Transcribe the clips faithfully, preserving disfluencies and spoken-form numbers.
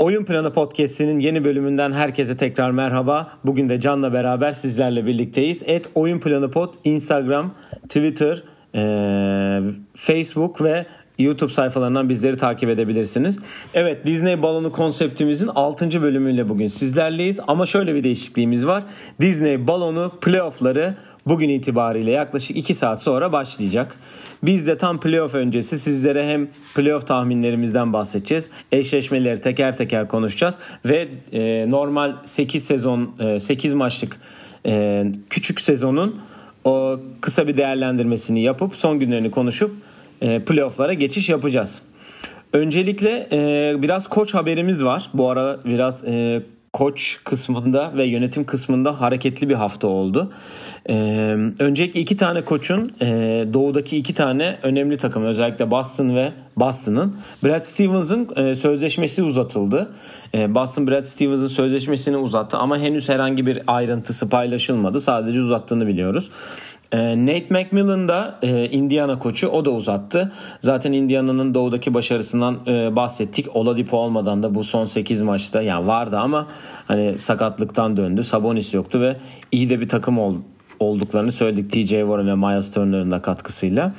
Oyun Planı Podcast'inin yeni bölümünden herkese tekrar merhaba. Bugün de Can'la beraber sizlerle birlikteyiz. Et Oyun Planı Pod, Instagram, Twitter, e, Facebook ve YouTube sayfalarından bizleri takip edebilirsiniz. Evet, Disney balonu konseptimizin altıncı bölümüyle bugün sizlerleyiz. Ama şöyle bir değişikliğimiz var. Disney balonu playoff'ları bugün itibariyle yaklaşık iki saat sonra başlayacak. Biz de tam playoff öncesi sizlere hem playoff tahminlerimizden bahsedeceğiz. Eşleşmeleri teker teker konuşacağız. Ve e, normal sekiz sezon, e, sekiz maçlık e, küçük sezonun o kısa bir değerlendirmesini yapıp son günlerini konuşup e, playoff'lara geçiş yapacağız. Öncelikle e, biraz koç haberimiz var. Bu ara biraz e, koç kısmında ve yönetim kısmında hareketli bir hafta oldu. Ee, öncelikle iki tane koçun e, doğudaki iki tane önemli takım, özellikle Boston ve Boston'ın Brad Stevens'ın e, sözleşmesi uzatıldı. E, Boston Brad Stevens'ın sözleşmesini uzattı ama henüz herhangi bir ayrıntısı paylaşılmadı. Sadece uzattığını biliyoruz. Nate McMillan da Indiana koçu, o da uzattı. Zaten Indiana'nın doğudaki başarısından bahsettik. Oladipo olmadan da bu son sekiz maçta yani vardı ama hani sakatlıktan döndü. Sabonis yoktu ve iyi de bir takım olduklarını söyledik T J Warren ve Miles Turner'ın da katkısıyla.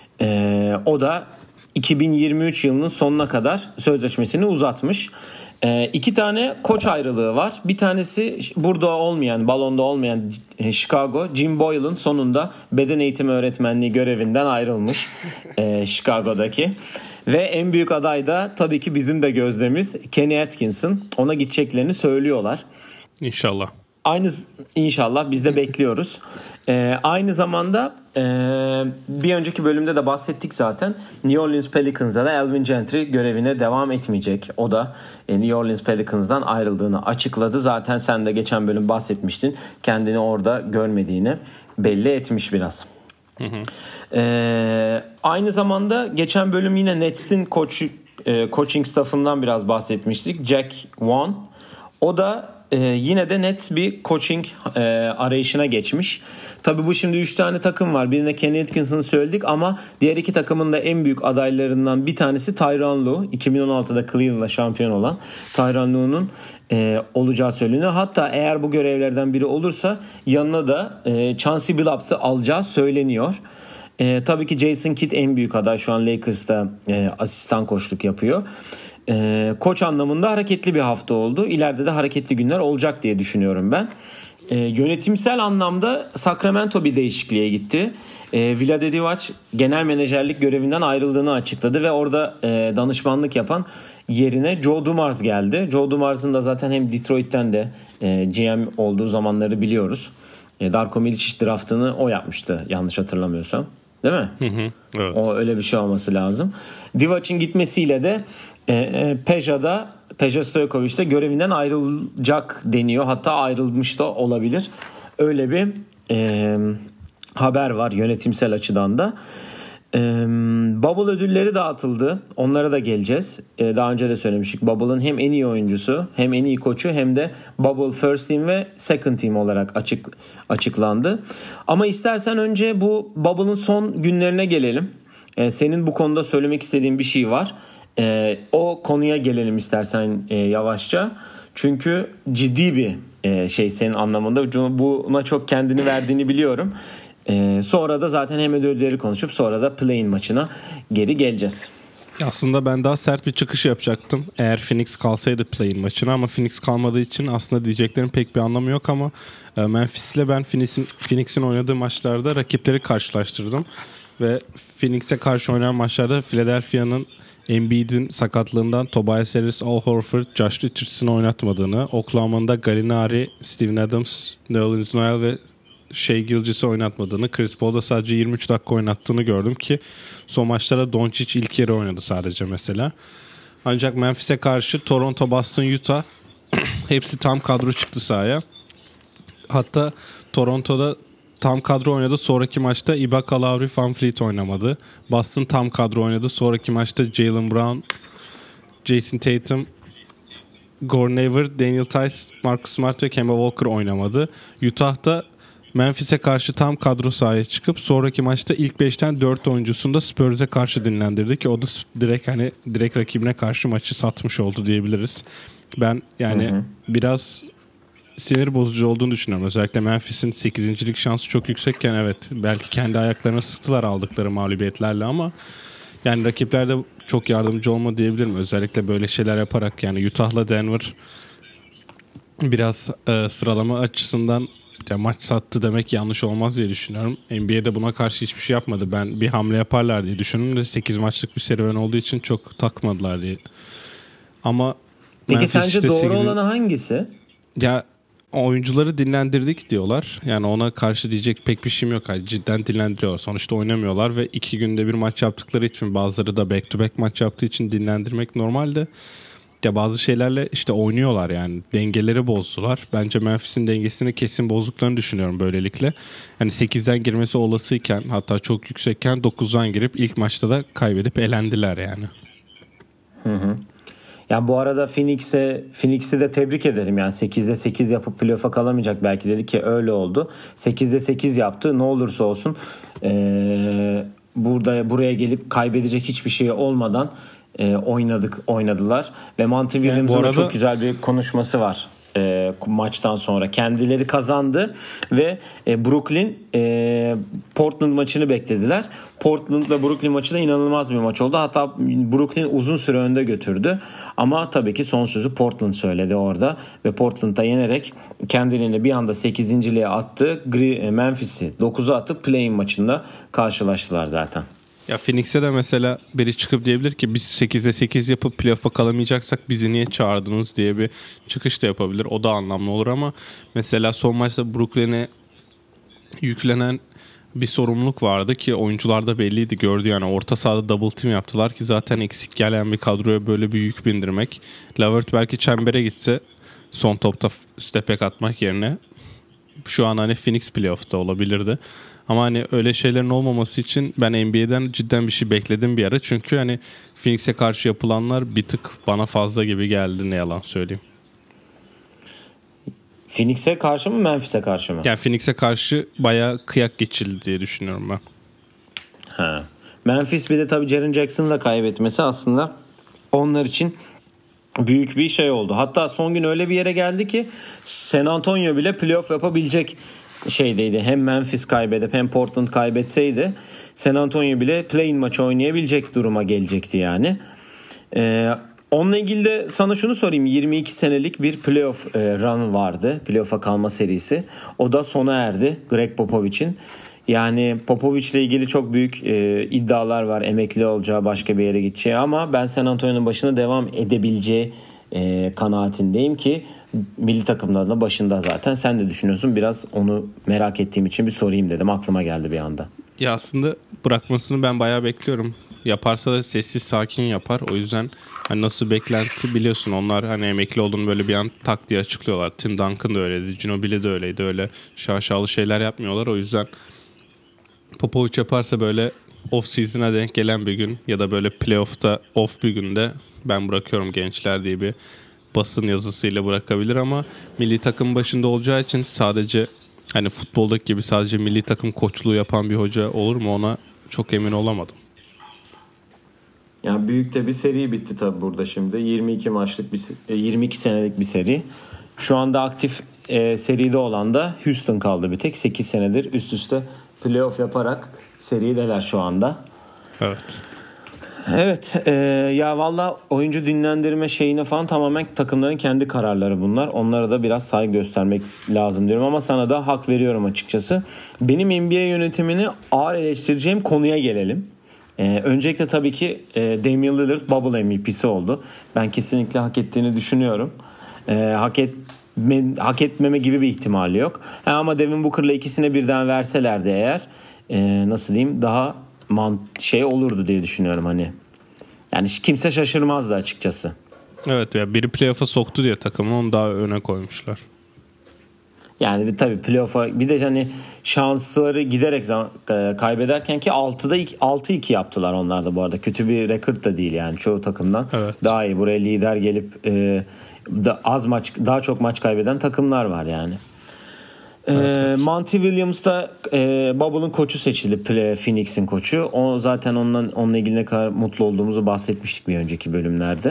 O da iki bin yirmi üç yılının sonuna kadar sözleşmesini uzatmış. Ee, iki tane koç ayrılığı var. Bir tanesi burada olmayan, balonda olmayan Chicago. Jim Boyle'ın sonunda beden eğitimi öğretmenliği görevinden ayrılmış ee, Chicago'daki. Ve en büyük aday da tabii ki bizim de gözdemiz Kenny Atkinson. Ona gideceklerini söylüyorlar. İnşallah. Aynı inşallah biz de bekliyoruz. Ee, aynı zamanda e, bir önceki bölümde de bahsettik zaten. New Orleans Pelicans'da da Alvin Gentry görevine devam etmeyecek. O da e, New Orleans Pelicans'dan ayrıldığını açıkladı. Zaten sen de geçen bölüm bahsetmiştin. Kendini orada görmediğini belli etmiş biraz. Hı hı. Ee, aynı zamanda geçen bölüm yine Nets'in koç, e, coaching staff'ından biraz bahsetmiştik. Jack Vaughn. O da Ee, yine de net bir coaching e, arayışına geçmiş. Tabii bu şimdi üç tane takım var. Birine Kenny Atkinson'ı söyledik ama diğer iki takımın da en büyük adaylarından bir tanesi Tyronn Lue. iki bin on altıda Cleveland'la şampiyon olan Tyronn Lue'nun e, olacağı söyleniyor. Hatta eğer bu görevlerden biri olursa yanına da e, Chauncey Billups'ı alacağı söyleniyor. E, tabii ki Jason Kidd en büyük aday. Şu an Lakers'ta e, asistan koçluk yapıyor. Ee, koç anlamında hareketli bir hafta oldu. İleride de hareketli günler olacak diye düşünüyorum ben. Ee, yönetimsel anlamda Sacramento bir değişikliğe gitti. Ee, Vlade Divac genel menajerlik görevinden ayrıldığını açıkladı ve orada e, danışmanlık yapan yerine Joe Dumars geldi. Joe Dumars'ın da zaten hem Detroit'ten de e, G M olduğu zamanları biliyoruz. E, Darko Milicic draftını o yapmıştı yanlış hatırlamıyorsam. Değil mi? Hı hı, evet. O öyle bir şey olması lazım. Divac'in gitmesiyle de e, e, Peja'da Peja Stojkovic de görevinden ayrılacak deniyor. Hatta ayrılmış da olabilir. Öyle bir e, haber var yönetimsel açıdan da. E, Bubble ödülleri dağıtıldı. Onlara da geleceğiz. E, daha önce de söylemiştik. Bubble'ın hem en iyi oyuncusu, hem en iyi koçu, hem de Bubble First Team ve Second Team olarak açık açıklandı. Ama istersen önce bu Bubble'ın son günlerine gelelim. E, senin bu konuda söylemek istediğin bir şey var. E, o konuya gelelim istersen e, yavaşça. Çünkü ciddi bir e, şey senin anlamında. Buna çok kendini verdiğini biliyorum. Ee, sonra da zaten hem ödülleri konuşup sonra da play-in maçına geri geleceğiz. Aslında ben daha sert bir çıkış yapacaktım eğer Phoenix kalsaydı play-in maçına, ama Phoenix kalmadığı için aslında diyeceklerin pek bir anlamı yok. Ama e, Memphis ile ben Phoenix'in, Phoenix'in oynadığı maçlarda rakipleri karşılaştırdım ve Phoenix'e karşı oynayan maçlarda Philadelphia'nın Embiid'in sakatlığından Tobias Harris, Al Horford, Josh Richardson'ı oynatmadığını, Oklahoma'da Gallinari, Steven Adams, Nerlens Noel ve Shai Gilgeous'u oynatmadığını, Chris Paul'da sadece yirmi üç dakika oynattığını gördüm ki son maçlara Doncic ilk yarı oynadı sadece mesela. Ancak Memphis'e karşı Toronto, Boston, Utah hepsi tam kadro çıktı sahaya. Hatta Toronto'da tam kadro oynadı. Sonraki maçta Ibaka, Lowry, VanVleet oynamadı. Boston tam kadro oynadı. Sonraki maçta Jaylen Brown, Jason Tatum, Gordon Hayward, Daniel Tice, Marcus Smart ve Kemba Walker oynamadı. Utah'ta Memphis'e karşı tam kadro sahaya çıkıp sonraki maçta ilk beşten dört oyuncusunu da Spurs'e karşı dinlendirdi ki o da direkt hani direkt rakibine karşı maçı satmış oldu diyebiliriz. Ben yani hı hı. biraz sinir bozucu olduğunu düşünüyorum. Özellikle Memphis'in sekizincilik şansı çok yüksekken evet belki kendi ayaklarına sıktılar aldıkları mağlubiyetlerle ama yani rakipler de çok yardımcı olma diyebilirim. Özellikle böyle şeyler yaparak yani Utah'la Denver biraz e, sıralama açısından ya maç sattı demek yanlış olmaz diye düşünüyorum. N B A'de buna karşı hiçbir şey yapmadı. Ben bir hamle yaparlar diye düşündüm de sekiz maçlık bir serüven olduğu için çok takmadılar diye. Ama peki Memphis sence işte doğru sekizin... olanı hangisi? Ya oyuncuları dinlendirdik diyorlar. Yani ona karşı diyecek pek bir şeyim yok. Yani cidden dinlendiriyorlar. Sonuçta oynamıyorlar ve iki günde bir maç yaptıkları için bazıları da back to back maç yaptığı için dinlendirmek normalde. Ya bazı şeylerle işte oynuyorlar yani. Dengeleri bozdular. Bence Memphis'in dengesini kesin bozduklarını düşünüyorum böylelikle. Yani sekizden girmesi olasıyken hatta çok yüksekken dokuzdan girip ilk maçta da kaybedip elendiler yani. Hı hı. Yani bu arada Phoenix'e Phoenix'i de tebrik ederim. Yani sekizde sekiz yapıp playoff'a kalamayacak belki dedi ki öyle oldu. sekizde sekiz yaptı. Ne olursa olsun ee, burada buraya gelip kaybedecek hiçbir şey olmadan e, oynadık oynadılar ve Monty Williams'ın yani arada... çok güzel bir konuşması var. E, maçtan sonra kendileri kazandı ve e, Brooklyn e, Portland maçını beklediler. Portland'la Brooklyn maçı da inanılmaz bir maç oldu. Hatta Brooklyn uzun süre önde götürdü. Ama tabii ki son sözü Portland söyledi orada ve Portland'da yenerek kendilerini bir anda sekizinciliğe attı. Memphis'i dokuza atıp play-in maçında karşılaştılar zaten. Ya Phoenix'e de mesela biri çıkıp diyebilir ki biz sekizde sekiz yapıp playoff'a kalamayacaksak bizi niye çağırdınız diye bir çıkış da yapabilir. O da anlamlı olur ama mesela son maçta Brooklyn'e yüklenen bir sorumluluk vardı ki oyuncularda belliydi, gördü yani orta sahada double team yaptılar ki zaten eksik gelen bir kadroya böyle bir yük bindirmek. Lavert belki çembere gitse son topta step back atmak yerine şu an hani Phoenix playoff'ta olabilirdi. Ama hani öyle şeylerin olmaması için ben N B A'den cidden bir şey bekledim bir ara. Çünkü hani Phoenix'e karşı yapılanlar bir tık bana fazla gibi geldi, ne yalan söyleyeyim. Phoenix'e karşı mı Memphis'e karşı mı? Yani Phoenix'e karşı bayağı kıyak geçildi diye düşünüyorum ben. Ha. Memphis bir de tabii Jaren Jackson'la kaybetmesi aslında onlar için büyük bir şey oldu. Hatta son gün öyle bir yere geldi ki San Antonio bile playoff yapabilecek şeydeydi. Hem Memphis kaybedip hem Portland kaybetseydi San Antonio bile play-in maçı oynayabilecek duruma gelecekti yani. Ee, onunla ilgili de sana şunu sorayım. yirmi iki senelik bir playoff e, run vardı. Playoff'a kalma serisi. O da sona erdi Greg Popovich'in. Yani Popovic'le ilgili çok büyük e, iddialar var. Emekli olacağı, başka bir yere gideceği ama ben San Antonio'nun başına devam edebileceği e, kanaatindeyim ki milli takımların başında zaten. Sen de düşünüyorsun. Biraz onu merak ettiğim için bir sorayım dedim. Aklıma geldi bir anda. Ya aslında bırakmasını ben bayağı bekliyorum. Yaparsa da sessiz sakin yapar. O yüzden hani nasıl beklenti biliyorsun. Onlar hani emekli olduğunu böyle bir an tak diye açıklıyorlar. Tim Duncan da öyleydi. Ginobili de öyleydi. Öyle şaşalı şeyler yapmıyorlar. O yüzden Popovic yaparsa böyle off season'a denk gelen bir gün ya da böyle playoff'ta off bir günde ben bırakıyorum gençler diye bir basın yazısıyla bırakabilir ama milli takım başında olacağı için sadece hani futboldaki gibi sadece milli takım koçluğu yapan bir hoca olur mu, ona çok emin olamadım. Yani büyük de bir seri bitti tabii burada şimdi. yirmi iki maçlık bir yirmi iki senelik bir seri. Şu anda aktif e, seride olan da Houston kaldı bir tek. sekiz senedir üst üste playoff yaparak serideler şu anda. Evet. Evet e, ya valla oyuncu dinlendirme şeyine falan tamamen takımların kendi kararları bunlar. Onlara da biraz saygı göstermek lazım diyorum ama sana da hak veriyorum açıkçası. Benim N B A yönetimini ağır eleştireceğim konuya gelelim. E, öncelikle tabii ki e, Damian Lillard Bubble M V P'si oldu. Ben kesinlikle hak ettiğini düşünüyorum. E, hak et hak etmeme gibi bir ihtimali yok. Ha, ama Devin Booker'la ikisine birden verselerdi eğer e, nasıl diyeyim daha man şey olurdu diye düşünüyorum hani. Yani kimse şaşırmazdı açıkçası. Evet ya, biri playoff'a soktu diye takımı onu daha öne koymuşlar. Yani bir tabii playoff'a bir de hani şansları giderek zaman, e, kaybederken ki altıda altı iki yaptılar onlar da bu arada. Kötü bir rekord da değil yani çoğu takımdan. Evet. Daha iyi. Buraya lider gelip e, da az maç daha çok maç kaybeden takımlar var yani. Evet, evet. Monty Williams da e, Bubble'ın koçu seçildi. Phoenix'in koçu. O zaten ondan onunla ilgili ne kadar mutlu olduğumuzu bahsetmiştik bir önceki bölümlerde.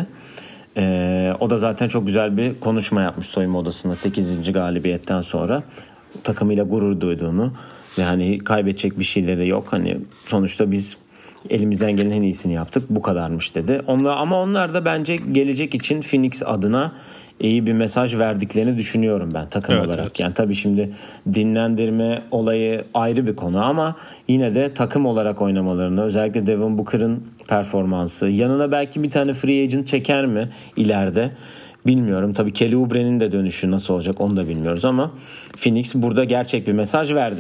E, o da zaten çok güzel bir konuşma yapmış soyunma odasında sekizinci galibiyetten sonra. Takımıyla gurur duyduğunu ve hani kaybedecek bir şeyleri yok. Hani sonuçta biz elimizden gelen en iyisini yaptık. Bu kadarmış dedi. Onlar, ama onlar da bence gelecek için Phoenix adına iyi bir mesaj verdiklerini düşünüyorum ben takım evet, olarak. Evet. Yani tabii şimdi dinlendirme olayı ayrı bir konu ama yine de takım olarak oynamalarını, özellikle Devin Booker'ın performansı, yanına belki bir tane free agent çeker mi ileride bilmiyorum. Tabii Kelly Oubre'nin de dönüşü nasıl olacak onu da bilmiyoruz ama Phoenix burada gerçek bir mesaj verdi.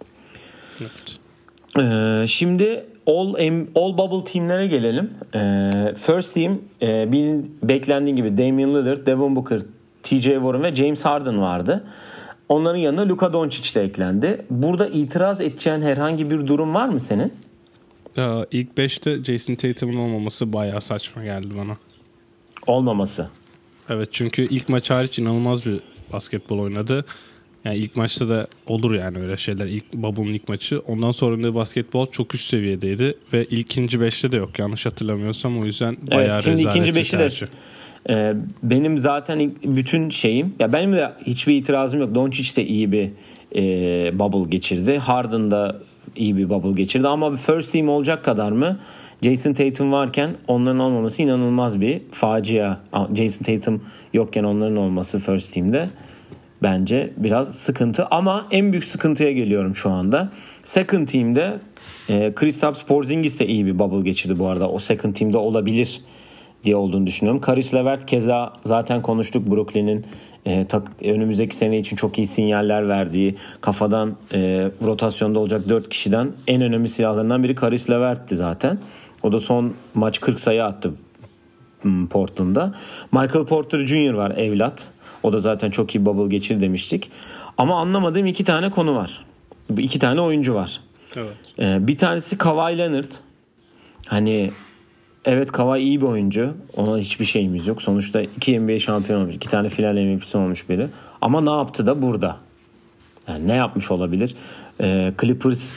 Evet. Ee, şimdi All, all Bubble teamlere gelelim. Ee, first team e, bir beklendiği gibi Damian Lillard, Devin Booker, T J Warren ve James Harden vardı. Onların yanına Luka Doncic de eklendi. Burada itiraz edeceğin herhangi bir durum var mı senin? Ya, ilk beşte Jason Tatum'un olmaması bayağı saçma geldi bana. Olmaması. Evet, çünkü ilk maç hariç inanılmaz bir basketbol oynadı. Yani ilk maçta da olur yani öyle şeyler. İlk Bubble'ın ilk maçı. Ondan sonra da basketbol çok üst seviyedeydi. Ve ilk ikinci beşte de yok yanlış hatırlamıyorsam. O yüzden bayağı evet, şimdi rezalet ikinci beşi de e, benim zaten bütün şeyim. Ya benim de hiçbir itirazım yok. Doncic de iyi bir e, bubble geçirdi. Harden da iyi bir bubble geçirdi. Ama first team olacak kadar mı? Jason Tatum varken onların olmaması inanılmaz bir facia. Jason Tatum yokken onların olması first team'de bence biraz sıkıntı ama en büyük sıkıntıya geliyorum şu anda. Second team'de e, Kristaps Porzingis de iyi bir bubble geçirdi bu arada. O second team'de olabilir diye olduğunu düşünüyorum. Caris LeVert keza zaten konuştuk, Brooklyn'in e, tak, önümüzdeki sene için çok iyi sinyaller verdiği, kafadan e, rotasyonda olacak dört kişiden en önemli silahlarından biri Caris LeVert'ti zaten. O da son maç kırk sayı attı Portland'da. Michael Porter Junior var, evlat. O da zaten çok iyi bubble geçir demiştik. Ama anlamadığım iki tane konu var. İki tane oyuncu var. Evet. Ee, bir tanesi Kawhi Leonard. Hani evet, Kawhi iyi bir oyuncu. Ona hiçbir şeyimiz yok. Sonuçta iki N B A şampiyonu olmuş. İki tane final M V P'si olmuş biri. Ama ne yaptı da burada? Yani ne yapmış olabilir? Ee, Clippers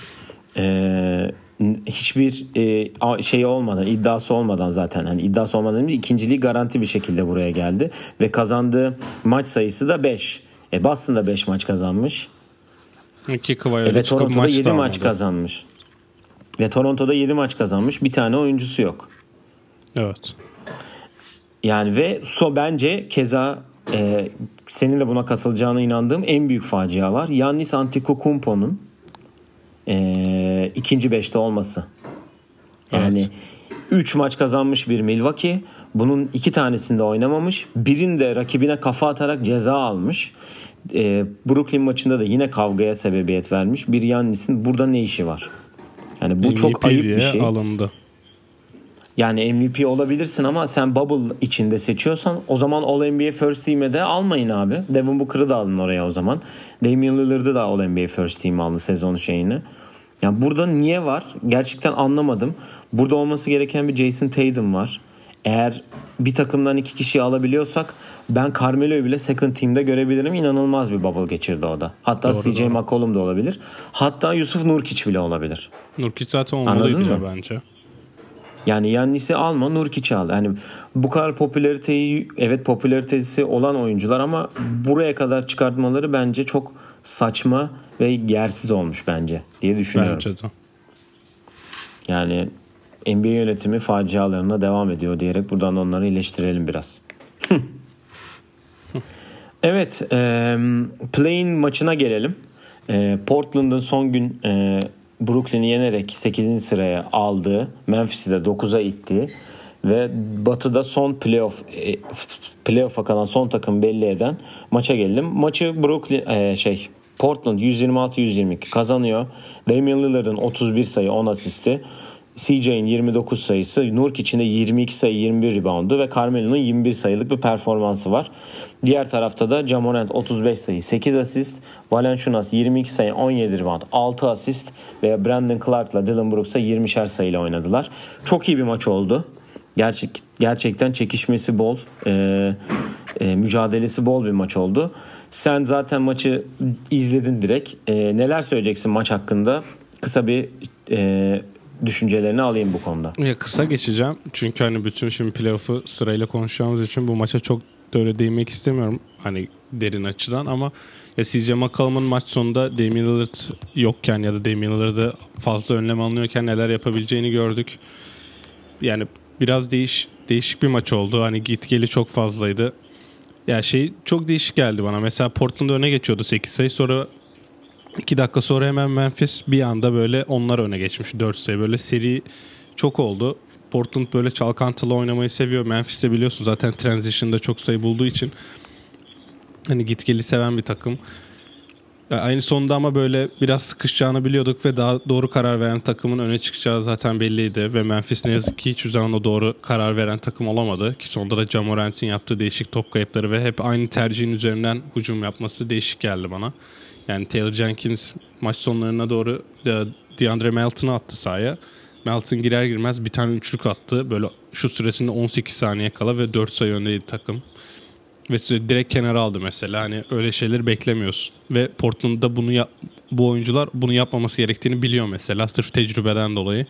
e, hiçbir e, şey olmadan, iddiası olmadan zaten hani iddiası olmadan değil, ikinciliği garanti bir şekilde buraya geldi ve kazandığı maç sayısı da beş. E Boston da beş maç kazanmış. İki Ve Toronto'da yedi maç kazanmış. Ve Toronto'da yedi maç kazanmış. Bir tane oyuncusu yok. Evet. Yani ve so bence keza e, senin de buna katılacağına inandığım en büyük facia var. Giannis Antetokounmpo'nun e, ikinci beşte olması. Yani üç evet. maç kazanmış bir Milwaukee. Bunun iki tanesinde oynamamış. Birinde rakibine kafa atarak ceza almış. E, Brooklyn maçında da yine kavgaya sebebiyet vermiş. Bir Giannis'in burada ne işi var? Yani bu M V P çok ayıp bir şey. Alındı. Yani M V P olabilirsin ama sen bubble içinde seçiyorsan o zaman All N B A First Team'e de almayın abi. Devin Booker'ı da alın oraya o zaman. Damian Lillard'ı da All N B A First Team aldı sezon şeyini. Yani burada niye var? Gerçekten anlamadım. Burada olması gereken bir Jason Tatum var. Eğer bir takımdan iki kişiyi alabiliyorsak ben Carmelo'yu bile second team'de görebilirim. İnanılmaz bir bubble geçirdi o da. Hatta doğru, C J doğru. McCollum da olabilir. Hatta Yusuf Nurkic bile olabilir. Nurkic zaten olmalıydı ya bence. Yani Yannis'i alma, Nurkic'i al. Yani bu kadar popülariteyi, evet popülaritesi olan oyuncular ama buraya kadar çıkartmaları bence çok saçma ve yersiz olmuş bence diye düşünüyorum. Bence de. Yani N B A yönetimi facialarına devam ediyor diyerek buradan onları eleştirelim biraz. Evet, e, play-in maçına gelelim. E, Portland'ın son gün e, Brooklyn'i yenerek sekizinci sıraya aldığı, Memphis'i de dokuza ittiği ve Batı'da son playoff e, playoff'a kalan son takım belli eden maça gelelim. Maçı Brooklyn e, şey Portland yüz yirmi altı yüz yirmi iki kazanıyor. Damian Lillard'ın otuz bir sayı, on asisti, C J'nin yirmi dokuz sayısı, Nurkic'in de yirmi iki sayı, yirmi bir reboundu ve Carmelo'nun yirmi bir sayılık bir performansı var. Diğer tarafta da Ja Morant otuz beş sayı, sekiz asist, Valanciunas yirmi iki sayı, on yedi rebound, altı asist ve Brandon Clark'la Dillon Brooks'a yirmişer sayıyla oynadılar. Çok iyi bir maç oldu. Gerçek gerçekten çekişmesi bol, e, e, mücadelesi bol bir maç oldu. Sen zaten maçı izledin direkt. E, neler söyleyeceksin maç hakkında? Kısa bir e, düşüncelerini alayım bu konuda. Ya kısa geçeceğim. Çünkü hani bütün şimdi playoff'u sırayla konuşacağımız için bu maça çok da öyle değinmek istemiyorum. Hani derin açıdan ama ya C J McCollum'un maç sonunda Damian Lillard yokken ya da Damian Lillard'ı fazla önlem alınıyorken neler yapabileceğini gördük. Yani biraz değiş değişik bir maç oldu. Hani git geli çok fazlaydı. Ya şey çok değişik geldi bana. Mesela Portland öne geçiyordu sekiz sayı. Sonra iki dakika sonra hemen Memphis bir anda böyle onlar öne geçmiş dört sayı. Böyle seri çok oldu. Portland böyle çalkantılı oynamayı seviyor. Memphis de biliyorsun zaten transition'da çok sayı bulduğu için hani git geli seven bir takım. Yani aynı sonunda ama böyle biraz sıkışacağını biliyorduk ve daha doğru karar veren takımın öne çıkacağı zaten belliydi. Ve Memphis ne yazık ki hiçbir zaman o doğru karar veren takım olamadı. Ki sonunda da Ja Morant'in yaptığı değişik top kayıpları ve hep aynı tercihin üzerinden hücum yapması değişik geldi bana. Yani Taylor Jenkins maç sonlarına doğru de DeAndre Melton'u attı sahaya. Melton girer girmez bir tane üçlük attı. Böyle şu süresinde on sekiz saniye kala ve dört sayı öndeydi takım. Ve direkt kenara aldı mesela. Hani öyle şeyleri beklemiyorsun. Ve Portland'da bunu yap- bu oyuncular bunu yapmaması gerektiğini biliyor mesela. Sırf tecrübeden dolayı.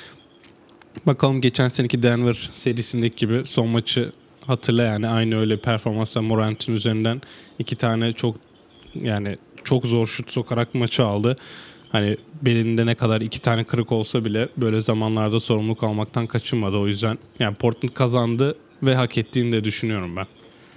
Bakalım geçen seneki Denver serisindeki gibi son maçı hatırla yani aynı öyle performansla Morant'ın üzerinden iki tane çok yani çok zor şut sokarak maçı aldı. Hani belinde ne kadar iki tane kırık olsa bile böyle zamanlarda sorumluluk almaktan kaçınmadı. O yüzden yani Portland kazandı ve hak ettiğini de düşünüyorum ben.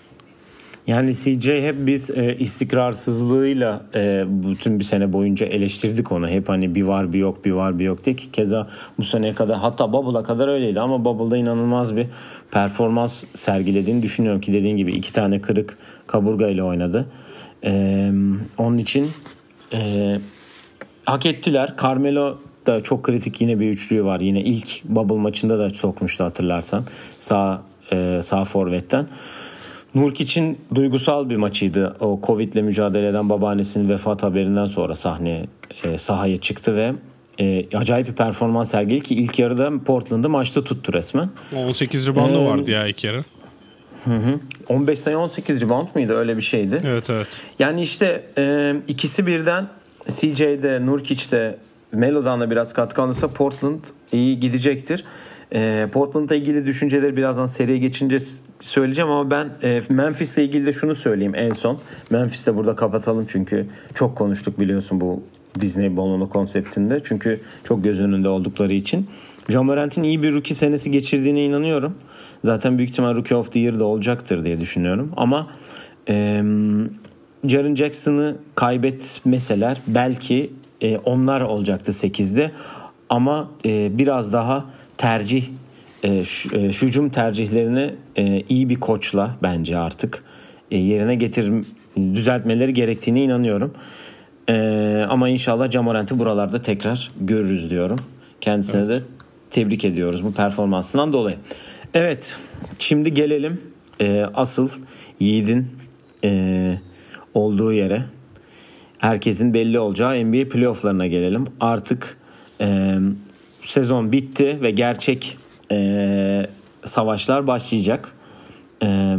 Yani C J hep biz e, istikrarsızlığıyla e, bütün bir sene boyunca eleştirdik onu. Hep hani bir var bir yok bir var bir yok diye ki keza bu seneye kadar hatta Bubble'a kadar öyleydi ama Bubble'da inanılmaz bir performans sergilediğini düşünüyorum ki dediğin gibi iki tane kırık kaburga ile oynadı. E, onun için e, hak ettiler. Carmelo da çok kritik yine bir üçlüğü var. Yine ilk Bubble maçında da sokmuştu hatırlarsan sağ e, sağ forvetten. Nurk için duygusal bir maçıydı. O Covid'le mücadele eden babaannesinin vefat haberinden sonra sahne e, sahaya çıktı ve e, acayip bir performans sergiledi ki ilk yarıda Portland'ı maçta tuttu resmen. on sekiz reboundu ee, vardı ya ilk yarı. Hı hı. on beş sayı on sekiz rebound mıydı? Öyle bir şeydi. Evet evet. Yani işte e, ikisi birden C J'de, Nurkic'te, Melo'dan da biraz katkı alırsa Portland iyi gidecektir. E, Portland'la ilgili düşünceleri birazdan seriye geçince söyleyeceğim ama ben e, Memphis'le ilgili de şunu söyleyeyim en son. Memphis'te burada kapatalım çünkü çok konuştuk biliyorsun bu Disney balonu konseptinde. Çünkü çok göz önünde oldukları için. Ja Morant'in iyi bir rookie senesi geçirdiğine inanıyorum. Zaten büyük ihtimal Rookie of the Year'da olacaktır diye düşünüyorum. Ama e, Jaren Jackson'ı kaybetmeseler belki e, onlar olacaktı sekizde. Ama e, biraz daha tercih E, şu, e, hücum tercihlerini e, iyi bir koçla bence artık e, yerine getir düzeltmeleri gerektiğine inanıyorum. E, ama inşallah Ja Morant'ı buralarda tekrar görürüz diyorum. Kendisine evet. de tebrik ediyoruz bu performansından dolayı. Evet, şimdi gelelim e, asıl Yiğit'in e, olduğu yere. Herkesin belli olacağı N B A playofflarına gelelim. Artık e, sezon bitti ve gerçek Ee, savaşlar başlayacak. Ee,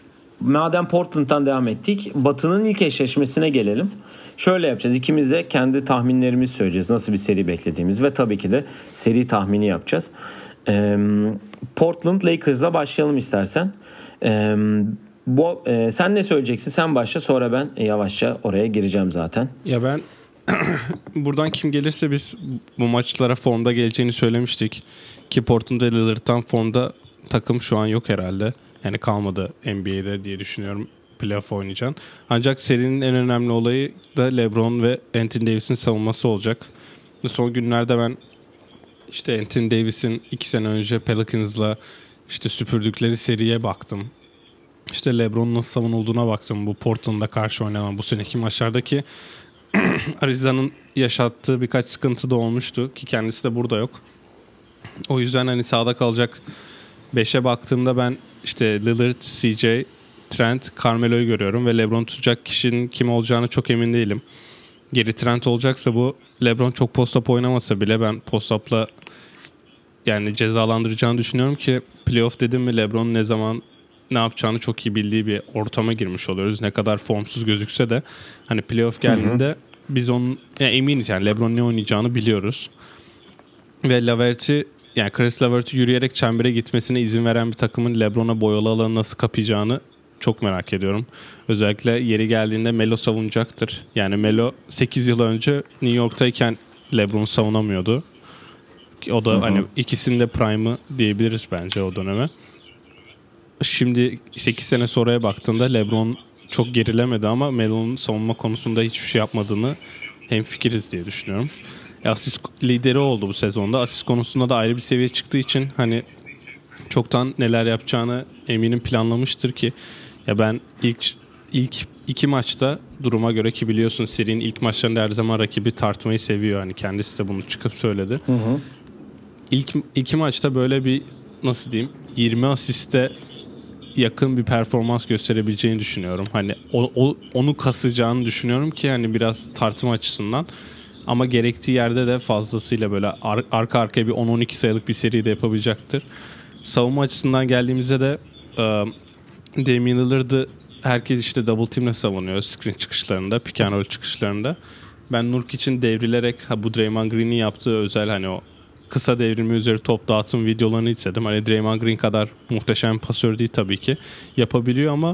madem Portland'dan devam ettik, Batı'nın ilk eşleşmesine gelelim. Şöyle yapacağız. İkimiz de kendi tahminlerimizi söyleyeceğiz. Nasıl bir seri beklediğimiz ve tabii ki de seri tahmini yapacağız. Ee, Portland Lakers'la başlayalım istersen. Ee, bu e, sen ne söyleyeceksin? Sen başla, sonra ben yavaşça oraya gireceğim zaten. Ya ben buradan kim gelirse biz bu maçlara formda geleceğini söylemiştik. Ki Portland'da Lillard'dan formda takım şu an yok herhalde. Yani kalmadı N B A'de diye düşünüyorum playoff oynayacağın. Ancak serinin en önemli olayı da LeBron ve Anthony Davis'in savunması olacak. Son günlerde ben işte Anthony Davis'in iki sene önce Pelicans'la işte süpürdükleri seriye baktım. İşte LeBron'un nasıl savunulduğuna baktım. Bu Portland'a karşı oynanan bu seneki maçlardaki Arizona'nın yaşattığı birkaç sıkıntı da olmuştu ki kendisi de burada yok. O yüzden hani sahada kalacak beşe baktığımda ben işte Lillard, C J, Trent, Carmelo'yu görüyorum ve LeBron tutacak kişinin kim olacağını çok emin değilim. Geri Trent olacaksa bu LeBron çok post-up oynamasa bile ben post-up'la yani cezalandıracağını düşünüyorum ki playoff dedim mi LeBron'un ne zaman ne yapacağını çok iyi bildiği bir ortama girmiş oluyoruz. Ne kadar formsuz gözükse de hani playoff geldiğinde hı hı. biz onun yani eminiz yani LeBron ne oynayacağını biliyoruz. Ve Lavert'i yani Chris Lavert'i yürüyerek çembere gitmesine izin veren bir takımın LeBron'a boyalı alanı nasıl kapayacağını çok merak ediyorum. Özellikle yeri geldiğinde Melo savunacaktır. Yani Melo sekiz yıl önce New York'tayken LeBron'u savunamıyordu. O da hı hı. hani ikisinin de prime'ı diyebiliriz bence o döneme. Şimdi sekiz sene sonraya baktığında LeBron çok gerilemedi ama Melo'nun savunma konusunda hiçbir şey yapmadığını hemfikiriz diye düşünüyorum. Asist lideri oldu bu sezonda. Asist konusunda da ayrı bir seviye çıktığı için hani çoktan neler yapacağını eminim planlamıştır ki ya ben ilk ilk iki maçta duruma göre ki biliyorsun serinin ilk maçlarında her zaman rakibi tartmayı seviyor. Hani kendisi de bunu çıkıp söyledi. Hı hı. İlk iki maçta böyle bir nasıl diyeyim yirmi asiste yakın bir performans gösterebileceğini düşünüyorum. Hani o, o, onu kasacağını düşünüyorum ki hani biraz tartma açısından. Ama gerektiği yerde de fazlasıyla böyle ar- arka arkaya bir on on iki sayılık bir seri de yapabilecektir. Savunma açısından geldiğimizde de e, Damian Lillard'ı herkes işte double team'le savunuyor screen çıkışlarında, pick and roll çıkışlarında. Ben Nurkic'in devrilerek ha bu Draymond Green'in yaptığı özel hani o kısa devrilme üzeri top dağıtım videolarını izledim. Hani Draymond Green kadar muhteşem bir pasör değil tabii ki. Yapabiliyor ama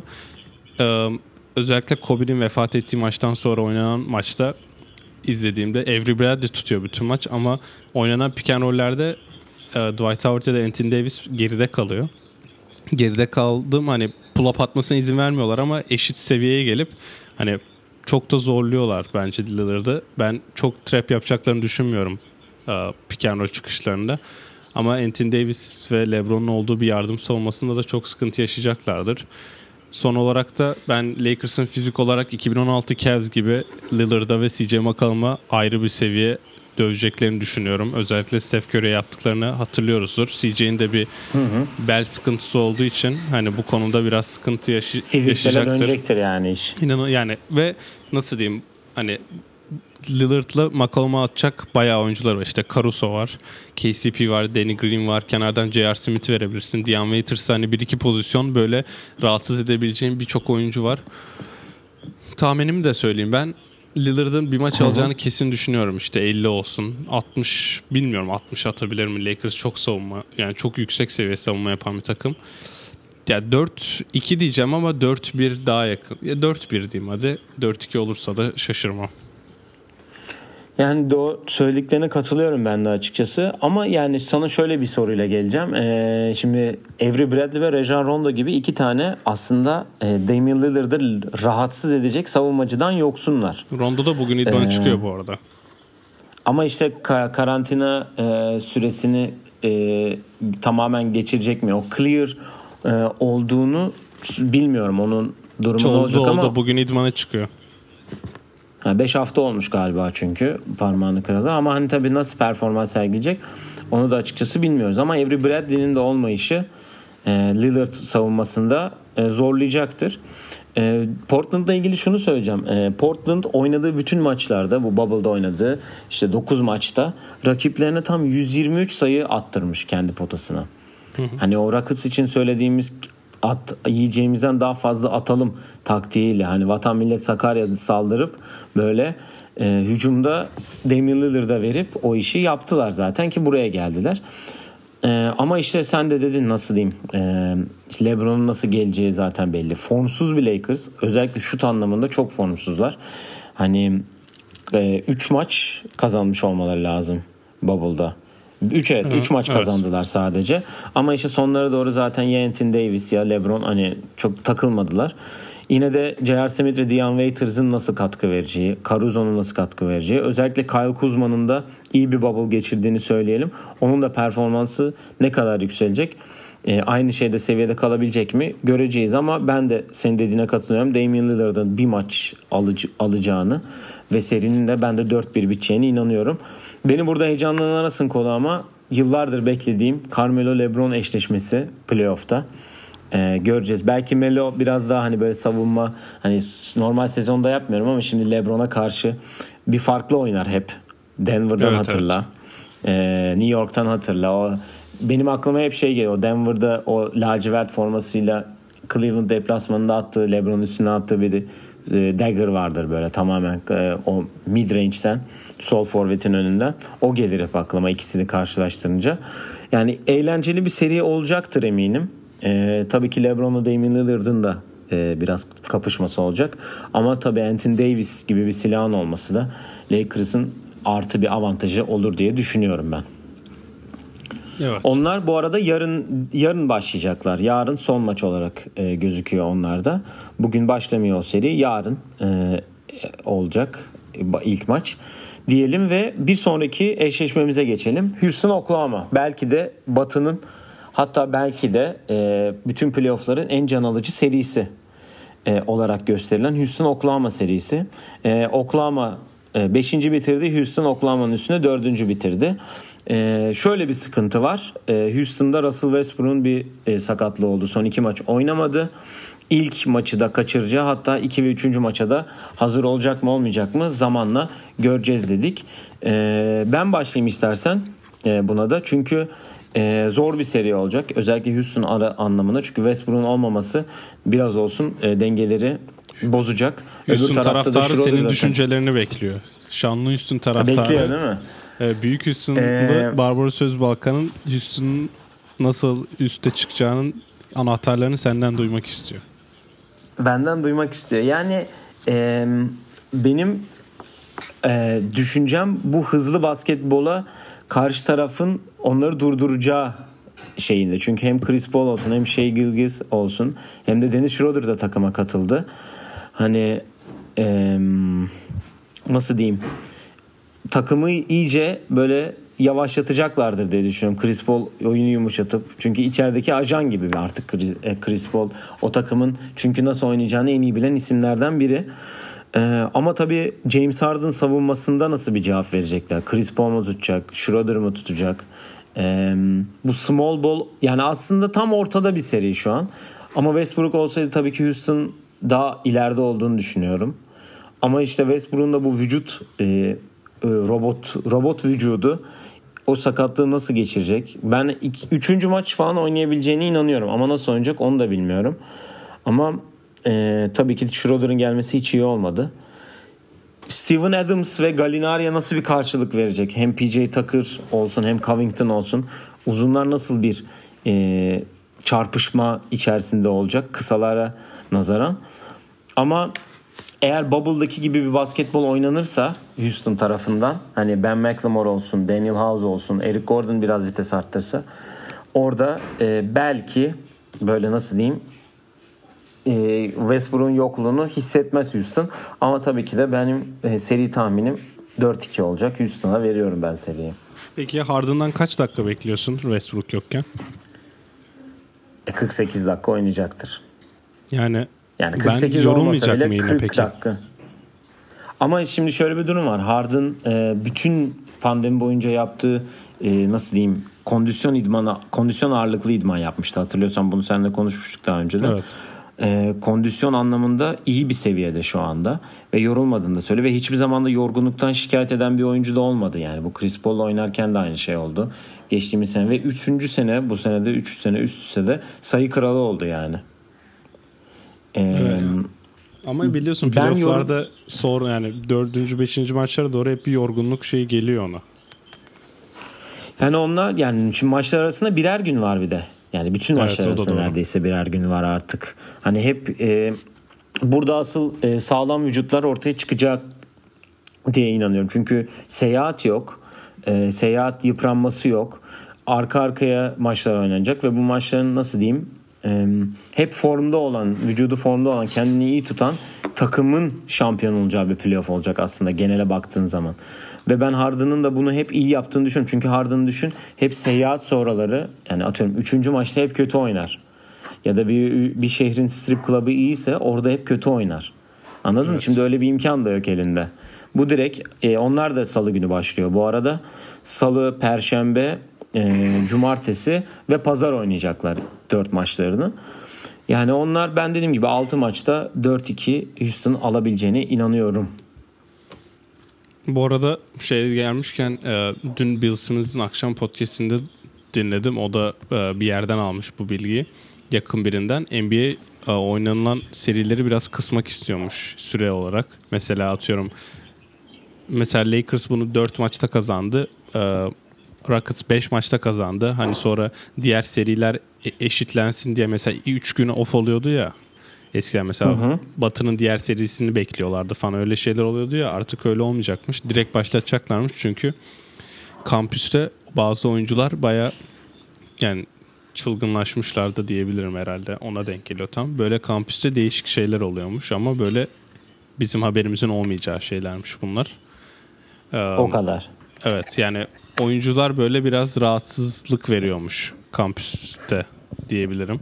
e, özellikle Kobe'nin vefat ettiği maçtan sonra oynanan maçta izlediğimde Avery Bradley tutuyor bütün maç ama oynanan pick and roll'lerde e, Dwight Howard ya da Anthony Davis geride kalıyor. Geride kaldım hani pull up atmasına izin vermiyorlar ama eşit seviyeye gelip hani çok da zorluyorlar bence Lillard'ı. Ben çok trap yapacaklarını düşünmüyorum e, pick and roll çıkışlarında. Ama Anthony Davis ve LeBron'un olduğu bir yardım savunmasında da çok sıkıntı yaşayacaklardır. Son olarak da ben Lakers'ın fizik olarak iki bin on altı Cavs gibi Lillard'a ve C J McCollum'a ayrı bir seviye döveceklerini düşünüyorum. Özellikle Steph Curry'e yaptıklarını hatırlıyoruzdur. C J'nin de bir hı hı. bel sıkıntısı olduğu için hani bu konuda biraz sıkıntı yaşı- Fiziksele yaşayacaktır. dönecektir yani iş. İnanın yani ve nasıl diyeyim hani Lillard'la McCollum'a atacak bayağı oyuncular var. İşte Caruso var, K C P var, Danny Green var. Kenardan J R Smith verebilirsin. Dion Waiters hani bir iki pozisyon böyle rahatsız edebileceğin birçok oyuncu var. Tahminimi de söyleyeyim ben. Lillard'ın bir maç Hı-hı. alacağını kesin düşünüyorum. İşte elli olsun. altmış bilmiyorum altmış atabilir mi? Lakers çok savunma yani çok yüksek seviye savunma yapan bir takım. Ya dört iki diyeceğim ama dört bir daha yakın. Ya dört bir diyeyim hadi. dört iki olursa da şaşırmam. Yani do söylediklerine katılıyorum ben de açıkçası. Ama yani sana şöyle bir soruyla geleceğim. Ee, şimdi Avery Bradley ve Rajon Rondo gibi iki tane aslında e, Damian Lillard'ı rahatsız edecek savunmacıdan yoksunlar. Rondo da bugün idmana ee, çıkıyor bu arada. Ama işte ka- karantina e, süresini e, tamamen geçirecek mi? O clear e, olduğunu bilmiyorum. Onun durumu ne olacak oldu, ama. Bugün idmana çıkıyor. beş hafta olmuş galiba çünkü parmağını kıralı ama hani tabii nasıl performans sergileyecek onu da açıkçası bilmiyoruz ama Avery Bradley'nin de olmayışı e, Lillard savunmasında e, zorlayacaktır. E, Portland'la ilgili şunu söyleyeceğim. E, Portland oynadığı bütün maçlarda bu Bubble'da oynadığı işte dokuz maçta rakiplerine tam yüz yirmi üç sayı attırmış kendi potasına. Hı hı. Hani o Rockets için söylediğimiz at yiyeceğimizden daha fazla atalım taktiğiyle hani vatan millet Sakarya saldırıp böyle e, hücumda Damian Lillard'a verip o işi yaptılar zaten ki buraya geldiler. E, ama işte sen de dedin nasıl diyeyim e, işte LeBron'un nasıl geleceği zaten belli. Formsuz bir Lakers özellikle şut anlamında çok formsuzlar. Hani üç e, maç kazanmış olmaları lazım Bubble'da. üç evet üç maç evet. kazandılar sadece. Ama işte sonlara doğru zaten ya Anthony Davis ya LeBron hani çok takılmadılar. Yine de J R Smith ve Dion Waiters'ın nasıl katkı vereceği, Caruso'nun nasıl katkı vereceği, özellikle Kyle Kuzma'nın da iyi bir bubble geçirdiğini söyleyelim. Onun da performansı ne kadar yükselecek? E, aynı şeyde seviyede kalabilecek mi? Göreceğiz ama ben de senin dediğine katılıyorum. Damian Lillard'ın bir maç alıcı, alacağını ve serinin de ben de dört bir biteceğine inanıyorum. Beni burada heyecanlanan arasın konu ama yıllardır beklediğim Carmelo LeBron eşleşmesi playoff'ta. Ee, göreceğiz. Belki Melo biraz daha hani böyle savunma hani normal sezonda yapmıyorum ama şimdi LeBron'a karşı bir farklı oynar hep. Denver'dan evet, hatırla. Evet. Ee, New York'tan hatırla. O benim aklıma hep şey geliyor. Denver'da o lacivert formasıyla Cleveland deplasmanında attığı, LeBron'un üstüne attığı bir e, dagger vardır böyle tamamen e, o mid range'den, sol forvetin önünden. O gelir hep aklıma ikisini karşılaştırınca. Yani eğlenceli bir seri olacaktır eminim. E, tabii ki LeBron'la Damian Lillard'ın da e, biraz kapışması olacak. Ama tabii Anthony Davis gibi bir silahın olması da Lakers'ın artı bir avantajı olur diye düşünüyorum ben. Evet. Onlar bu arada yarın yarın başlayacaklar. Yarın son maç olarak e, gözüküyor onlarda. Bugün başlamıyor o seri. Yarın e, olacak ilk maç diyelim ve bir sonraki eşleşmemize geçelim. Houston Oklahoma. Belki de Batı'nın, hatta belki de e, bütün playoff'ların en can alıcı serisi e, olarak gösterilen Houston Oklahoma serisi. E, Oklahoma beşinci bitirdi. Houston Oklahoma'nın üstüne dördüncü bitirdi. Ee, şöyle bir sıkıntı var. Ee, Houston'da Russell Westbrook'un bir e, sakatlığı oldu. Son iki maç oynamadı. İlk maçı da kaçıracağı, hatta iki ve üçüncü maça da hazır olacak mı olmayacak mı zamanla göreceğiz dedik. Ee, ben başlayayım istersen e, buna da. Çünkü e, zor bir seri olacak. Özellikle Houston ara anlamında. Çünkü Westbrook'un olmaması biraz olsun e, dengeleri bozacak. Houston Öbür tarafta taraftarı da senin zaten düşüncelerini bekliyor. Şanlı Houston taraftarı. Bekliyor değil mi? Büyük Houston'lı ee, Barbaros Özbalkan'ın Houston'ın nasıl üste çıkacağının anahtarlarını senden duymak istiyor. Benden duymak istiyor. Yani e, benim e, düşüncem bu hızlı basketbola karşı tarafın onları durduracağı şeyinde. Çünkü hem Chris Paul olsun, hem Shai Gilgeous olsun, hem de Dennis Schroeder da takıma katıldı. Hani e, nasıl diyeyim, takımı iyice böyle yavaşlatacaklardır diye düşünüyorum. Chris Paul oyunu yumuşatıp, çünkü içerideki ajan gibi artık Chris Paul o takımın, çünkü nasıl oynayacağını en iyi bilen isimlerden biri. Ee, ama tabii James Harden savunmasında nasıl bir cevap verecekler? Chris Paul mu tutacak? Schroeder mı tutacak? Ee, bu small ball, yani aslında tam ortada bir seri şu an. Ama Westbrook olsaydı tabii ki Houston daha ileride olduğunu düşünüyorum. Ama işte Westbrook'un da bu vücut e, robot robot vücudu o sakatlığı nasıl geçirecek? Ben iki, üçüncü maç falan oynayabileceğine inanıyorum. Ama nasıl oynayacak onu da bilmiyorum. Ama e, tabii ki Schroeder'ın gelmesi hiç iyi olmadı. Steven Adams ve Gallinari'ye nasıl bir karşılık verecek? Hem P J Tucker olsun, hem Covington olsun. Uzunlar nasıl bir e, çarpışma içerisinde olacak kısalara nazaran? Ama eğer Bubble'daki gibi bir basketbol oynanırsa Houston tarafından, hani Ben McLemore olsun, Daniel House olsun, Eric Gordon biraz vites arttırsa, orada e, belki böyle nasıl diyeyim, e, Westbrook'un yokluğunu hissetmez Houston. Ama tabii ki de benim e, seri tahminim dört iki olacak. Houston'a veriyorum ben seriyi. Peki Harden'dan kaç dakika bekliyorsun Westbrook yokken? E, kırk sekiz dakika oynayacaktır. Yani Yani kırk sekiz olmasa bile kırk peki? dakika. Ama şimdi şöyle bir durum var. Harden e, bütün pandemi boyunca yaptığı e, nasıl diyeyim, kondisyon idmanı, kondisyon ağırlıklı idman yapmıştı. Hatırlıyorsan bunu seninle konuşmuştuk daha önce de. Evet. E, kondisyon anlamında iyi bir seviyede şu anda ve yorulmadığını da söyle ve hiçbir zaman da yorgunluktan şikayet eden bir oyuncu da olmadı. Yani bu Chris Paul'la oynarken de aynı şey oldu. Geçtiğimiz sene ve üçüncü sene, bu senede üç sene üst üste de sayı kralı oldu yani. Ee, evet. Ama biliyorsun playoff'larda yorum... sonra yani dördüncü beşinci maçlara doğru hep bir yorgunluk şeyi geliyor ona. Yani onlar, yani şimdi maçlar arasında birer gün var bir de. Yani bütün maçlar evet, arasında neredeyse birer gün var artık. Hani hep e, burada asıl e, sağlam vücutlar ortaya çıkacak diye inanıyorum. Çünkü seyahat yok. E, seyahat yıpranması yok. Arka arkaya maçlar oynanacak ve bu maçların nasıl diyeyim, e, hep formda olan, vücudu formda olan, kendini iyi tutan takımın şampiyon olacağı bir playoff olacak aslında genele baktığın zaman. Ve ben Harden'ın da bunu hep iyi yaptığını düşünüyorum. Çünkü Harden'ı düşün, hep seyahat sonraları, yani atıyorum üçüncü maçta hep kötü oynar. Ya da bir, bir şehrin strip club'ı iyiyse orada hep kötü oynar. Anladın mı? Evet. Şimdi öyle bir imkan da yok elinde. Bu direkt e, onlar da salı günü başlıyor. Bu arada salı, perşembe, e, cumartesi ve pazar oynayacaklar dört maçlarını. Yani onlar, ben dediğim gibi altı maçta dört iki Houston alabileceğine inanıyorum. Bu arada şey gelmişken e, dün Bill Simmons'ın akşam podcast'inde dinledim. O da e, bir yerden almış bu bilgiyi. Yakın birinden. N B A e, oynanılan serileri biraz kısmak istiyormuş süre olarak. Mesela atıyorum mesela Lakers bunu dört maçta kazandı. E, Rockets beş maçta kazandı. Hani sonra diğer seriler eşitlensin diye mesela üç gün off oluyordu ya. Eskiden mesela hı hı. Batı'nın diğer serisini bekliyorlardı falan, öyle şeyler oluyordu ya, artık öyle olmayacakmış. Direkt başlatacaklarmış çünkü kampüste bazı oyuncular baya yani çılgınlaşmışlardı diyebilirim herhalde. Ona denk geliyor tam. Böyle kampüste değişik şeyler oluyormuş ama böyle bizim haberimizin olmayacağı şeylermiş bunlar. Ee, o kadar. Evet yani oyuncular böyle biraz rahatsızlık veriyormuş kampüste diyebilirim.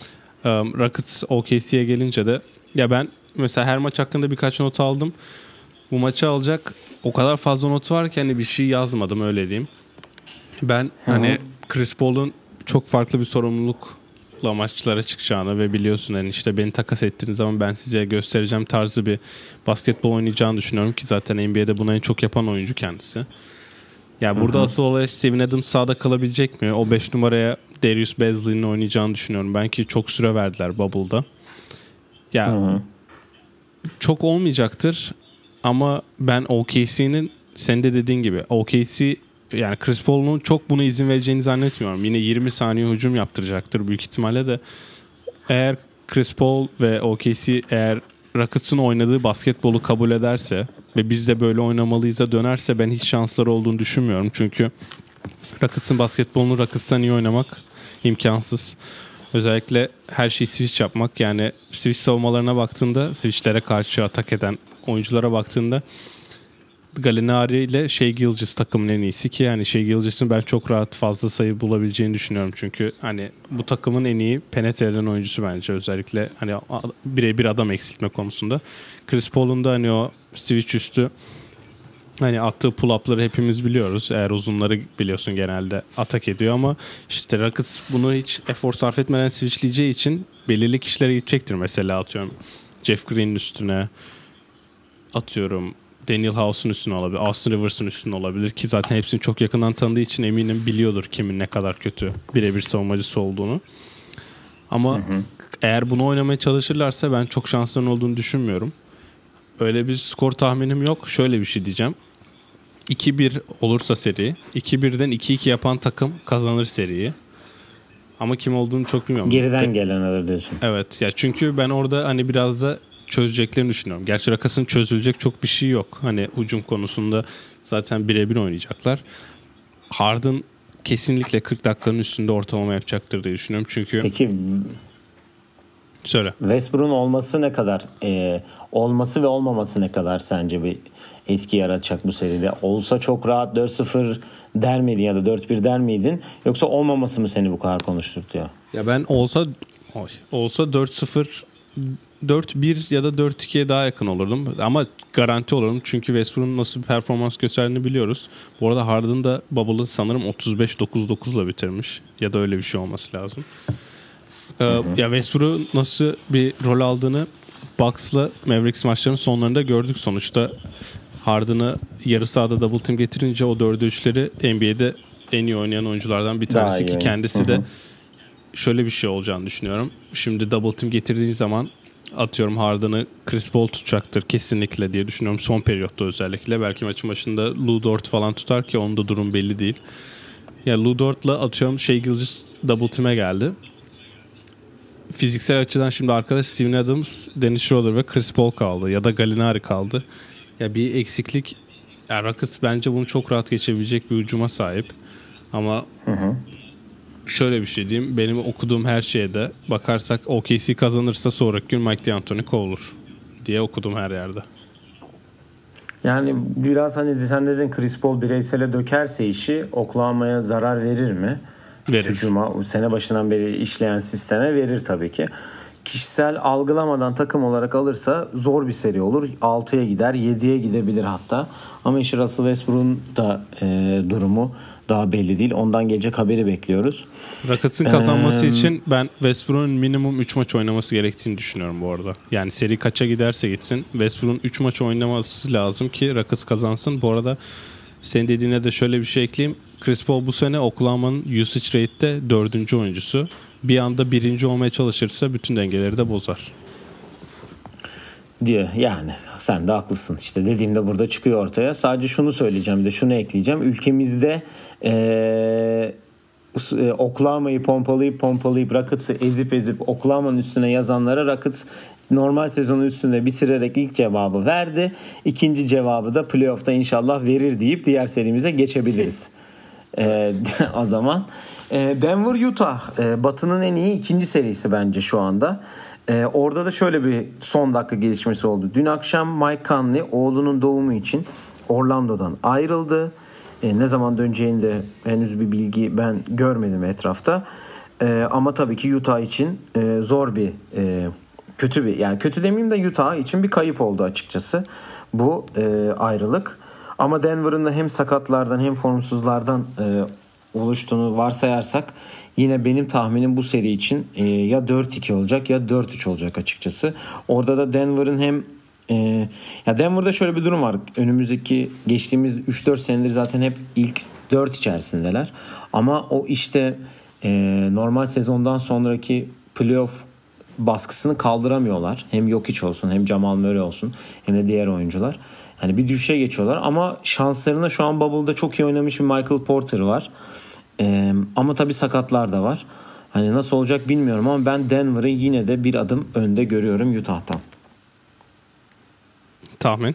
Um, Rockets O K C'ye gelince de ya ben mesela her maç hakkında birkaç not aldım. Bu maçı alacak o kadar fazla not var ki hani bir şey yazmadım, öyle diyeyim. Ben Hı-hı. hani Chris Paul'un çok farklı bir sorumlulukla maçlara çıkacağını ve biliyorsun hani işte beni takas ettiğiniz zaman ben size göstereceğim tarzı bir basketbol oynayacağını düşünüyorum ki zaten N B A'de bunu en çok yapan oyuncu kendisi. Yani burada Hı-hı. asıl olay Steven Adams sahada kalabilecek mi? O beş numaraya Darius Bazley'nin oynayacağını düşünüyorum. Belki çok süre verdiler Bubble'da. Ya Hı-hı. çok olmayacaktır ama ben O K C'nin senin de dediğin gibi O K C yani Chris Paul'un çok buna izin vereceğini zannetmiyorum. Yine yirmi saniye hücum yaptıracaktır büyük ihtimalle de. Eğer Chris Paul ve O K C eğer Rockets'ın oynadığı basketbolu kabul ederse ve biz de böyle oynamalıyız'a dönerse ben hiç şansları olduğunu düşünmüyorum. Çünkü Rockets'ın basketbolunu Rockets'tan iyi oynamak imkansız. Özellikle her şeyi switch yapmak, yani switch savunmalarına baktığında, switchlere karşı atak eden oyunculara baktığında Gallinari ile Shai Gilgeous takımın en iyisi ki yani Shai Gilgeous'un ben çok rahat fazla sayı bulabileceğini düşünüyorum. Çünkü hani bu takımın en iyi penetre eden oyuncusu bence, özellikle hani birebir adam eksiltme konusunda. Chris Paul'un da hani o switch üstü hani attığı pull-up'ları hepimiz biliyoruz. Eğer uzunları biliyorsun genelde atak ediyor ama işte Rockets bunu hiç efor sarf etmeden switchleyeceği için belirli kişilere gidecektir. Mesela atıyorum Jeff Green'in üstüne, atıyorum Daniel House'un üstüne olabilir, Austin Rivers'ın üstüne olabilir ki zaten hepsini çok yakından tanıdığı için eminim biliyordur kimin ne kadar kötü birebir savunmacısı olduğunu. Ama hı hı. eğer bunu oynamaya çalışırlarsa ben çok şanslarının olduğunu düşünmüyorum. Öyle bir skor tahminim yok. Şöyle bir şey diyeceğim. iki bir olursa seri, iki birden iki iki yapan takım kazanır seriyi. Ama kim olduğunu çok bilmiyorum. Geriden Pe- gelen alır diyorsun. Evet ya, çünkü ben orada hani biraz da çözeceklerini düşünüyorum. Gerçi Rakas'ın çözülecek çok bir şey yok. Hani hücum konusunda zaten birebir oynayacaklar. Harden kesinlikle kırk dakikanın üstünde ortalama yapacaktır diye düşünüyorum. Çünkü Peki söyle. Westbrook'un olması ne kadar e, olması ve olmaması ne kadar sence bir etki yaratacak bu seride? Olsa çok rahat dört sıfır der miydin ya da dört bir der miydin? Yoksa olmaması mı seni bu kadar konuşturtuyor? Ya ben olsa olsa dört sıfır dört bir ya da dört ikiye daha yakın olurdum. Ama garanti olurum. Çünkü Westbrook'un nasıl bir performans gösterdiğini biliyoruz. Bu arada Harden da Bubble'ı sanırım otuz beş dokuz dokuzla bitirmiş. Ya da öyle bir şey olması lazım. Ee, ya Westbrook'un nasıl bir rol aldığını Bucks'la Mavericks maçlarının sonlarında gördük sonuçta. Harden'ı yarı sahada double team getirince o dörde üçleri N B A'de en iyi oynayan oyunculardan bir tanesi ki kendisi de şöyle bir şey olacağını düşünüyorum. Şimdi double team getirdiğin zaman atıyorum Harden'ı Chris Paul tutacaktır kesinlikle diye düşünüyorum. Son periyotta özellikle. Belki maçın başında Lou Dort falan tutar ki onun da durum belli değil. Ya yani Lou Dort'la atıyorum Shai Gilgeous double team'e geldi. Fiziksel açıdan şimdi arkadaş Steven Adams, Dennis Schroeder ve Chris Paul kaldı. Ya da Gallinari kaldı. Ya bir eksiklik. Yani Rockets bence bunu çok rahat geçebilecek bir hücuma sahip. Ama hı hı. şöyle bir şey diyeyim. Benim okuduğum her şeye de bakarsak O K C kazanırsa sonraki gün Mike D'Antoni kovulur diye okudum her yerde. Yani biraz hani sen dedin Chris Paul bireysele dökerse işi Oklahoma'ya zarar verir mi? Verir. Hücuma, sene başından beri işleyen sisteme verir tabii ki. Kişisel algılamadan takım olarak alırsa zor bir seri olur. altıya gider, yediye gidebilir hatta. Ama işte Russell Westbrook'un da e, durumu daha belli değil. Ondan gelecek haberi bekliyoruz. Rockets'ın kazanması ee, için ben Westbrook'un minimum üç maç oynaması gerektiğini düşünüyorum bu arada. Yani seri kaça giderse gitsin Westbrook'un üç maç oynaması lazım ki Rockets kazansın. Bu arada senin dediğine de şöyle bir şey ekleyeyim. Chris Paul bu sene Oklahoma'nın usage rate'te dördüncü oyuncusu. Bir anda birinci olmaya çalışırsa bütün dengeleri de bozar. Diyor yani sen de haklısın işte dediğimde burada çıkıyor ortaya. Sadece şunu söyleyeceğim, bir de şunu ekleyeceğim. Ülkemizde ee, Oklahoma'yı pompalayıp pompalayıp Rockets'ı ezip ezip Oklahoma'nın üstüne yazanlara Rockets normal sezonu üstünde bitirerek ilk cevabı verdi. İkinci cevabı da playoff'ta inşallah verir deyip diğer serimize geçebiliriz. ee, o zaman ee, Denver Utah ee, Batı'nın en iyi ikinci serisi bence şu anda. Ee, orada da şöyle bir son dakika gelişmesi oldu. Dün akşam Mike Conley oğlunun doğumu için Orlando'dan ayrıldı. Ee, ne zaman döneceğini de henüz bir bilgi ben görmedim etrafta. Ee, ama tabii ki Utah için e, zor bir e, kötü bir yani kötü demeyeyim de Utah için bir kayıp oldu açıkçası bu e, ayrılık. Ama Denver'ın da hem sakatlardan hem formsuzlardan e, oluştuğunu varsayarsak yine benim tahminim bu seri için e, ya dört iki olacak ya dört üç olacak açıkçası. Orada da Denver'ın hem e, ya Denver'da şöyle bir durum var. Önümüzdeki geçtiğimiz üç dört senedir zaten hep ilk dört içerisindeler. Ama o işte e, normal sezondan sonraki playoff baskısını kaldıramıyorlar. Hem Jokic olsun hem Jamal Murray olsun hem de diğer oyuncular. Hani bir düşüşe geçiyorlar ama şanslarına şu an Bubble'da çok iyi oynamış bir Michael Porter var. Ee, ama tabii sakatlar da var. Hani nasıl olacak bilmiyorum ama ben Denver'ı yine de bir adım önde görüyorum Utah'tan. Tahmin?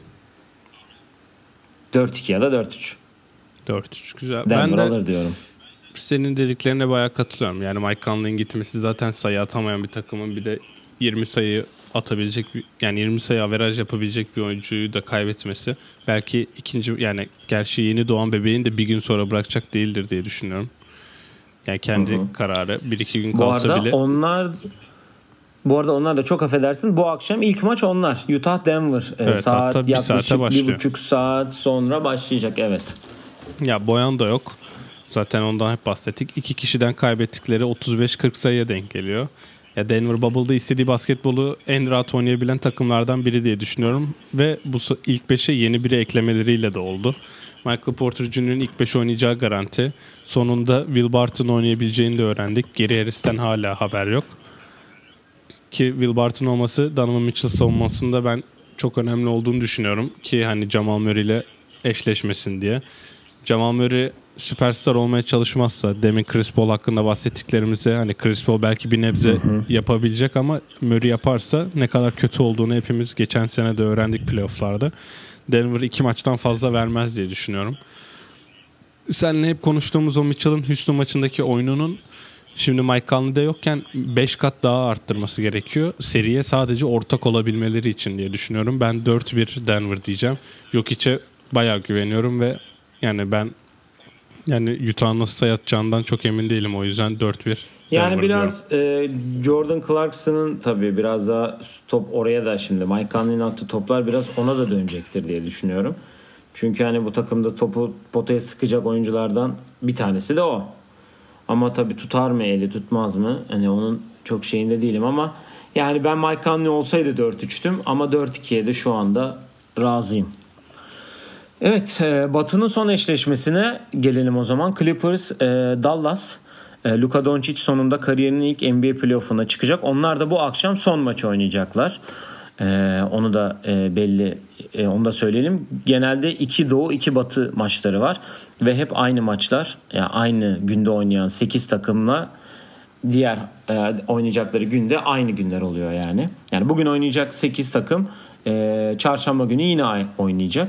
dört iki ya da dört üç. dört üç güzel. Denver ben de alır diyorum. Senin dediklerine bayağı katılıyorum. Yani Mike Conley'in gitmesi zaten sayı atamayan bir takımın bir de yirmi sayı atabilecek bir, yani yirmi sayı averaj yapabilecek bir oyuncuyu da kaybetmesi belki ikinci yani gerçi yeni doğan bebeğin de bir gün sonra bırakacak değildir diye düşünüyorum. Yani kendi hı hı. kararı bir iki gün kalsa bu arada bile. Onlar bu arada onlar da çok affedersin. Bu akşam ilk maç onlar. Utah Denver. Evet, saat bir yaklaşık bir buçuk saat sonra başlayacak. Evet. Ya Boyan da yok. Zaten ondan hep bahsettik. İki kişiden kaybettikleri otuz beş kırk sayıya denk geliyor. Ya Denver Bubble'da istediği basketbolu en rahat oynayabilen takımlardan biri diye düşünüyorum. Ve bu ilk beşe yeni biri eklemeleriyle de oldu. Michael Porter Junior'ın ilk beş oynayacağı garanti. Sonunda Will Barton oynayabileceğini de öğrendik. Gary Harris'ten hala haber yok. Ki Will Barton olması Donovan Mitchell savunmasında ben çok önemli olduğunu düşünüyorum. Ki hani Jamal Murray ile eşleşmesin diye. Jamal Murray süperstar olmaya çalışmazsa demin Chris Paul hakkında bahsettiklerimize hani Chris Paul belki bir nebze hı hı. yapabilecek ama Murray yaparsa ne kadar kötü olduğunu hepimiz geçen sene de öğrendik playofflarda. Denver iki maçtan fazla vermez diye düşünüyorum. Seninle hep konuştuğumuz o Mitchell'ın Houston maçındaki oyununun şimdi Mike Conley'de yokken beş kat daha arttırması gerekiyor. Seriye sadece ortak olabilmeleri için diye düşünüyorum. Ben dört bir Denver diyeceğim. Jokic'e bayağı güveniyorum ve yani ben yani Utah'ın nasıl sayı atacağından çok emin değilim. O yüzden dört bir Yani Denver biraz e, Jordan Clarkson'ın tabii biraz daha top oraya da şimdi Mike Conley'nin attığı toplar biraz ona da dönecektir diye düşünüyorum. Çünkü hani bu takımda topu potaya sıkacak oyunculardan bir tanesi de o. Ama tabii tutar mı eli tutmaz mı? Hani onun çok şeyinde değilim ama yani ben Mike Conley olsaydı dört üçtüm ama dört ikiye de şu anda razıyım. Evet, Batı'nın son eşleşmesine gelelim o zaman. Clippers, Dallas. Luka Doncic sonunda kariyerinin ilk N B A playoff'una çıkacak. Onlar da bu akşam son maçı oynayacaklar. Onu da belli, onu da söyleyelim. Genelde iki doğu iki batı maçları var. Ve hep aynı maçlar. Yani aynı günde oynayan sekiz takımla diğer oynayacakları günde aynı günler oluyor yani. Yani bugün oynayacak sekiz takım çarşamba günü yine oynayacak.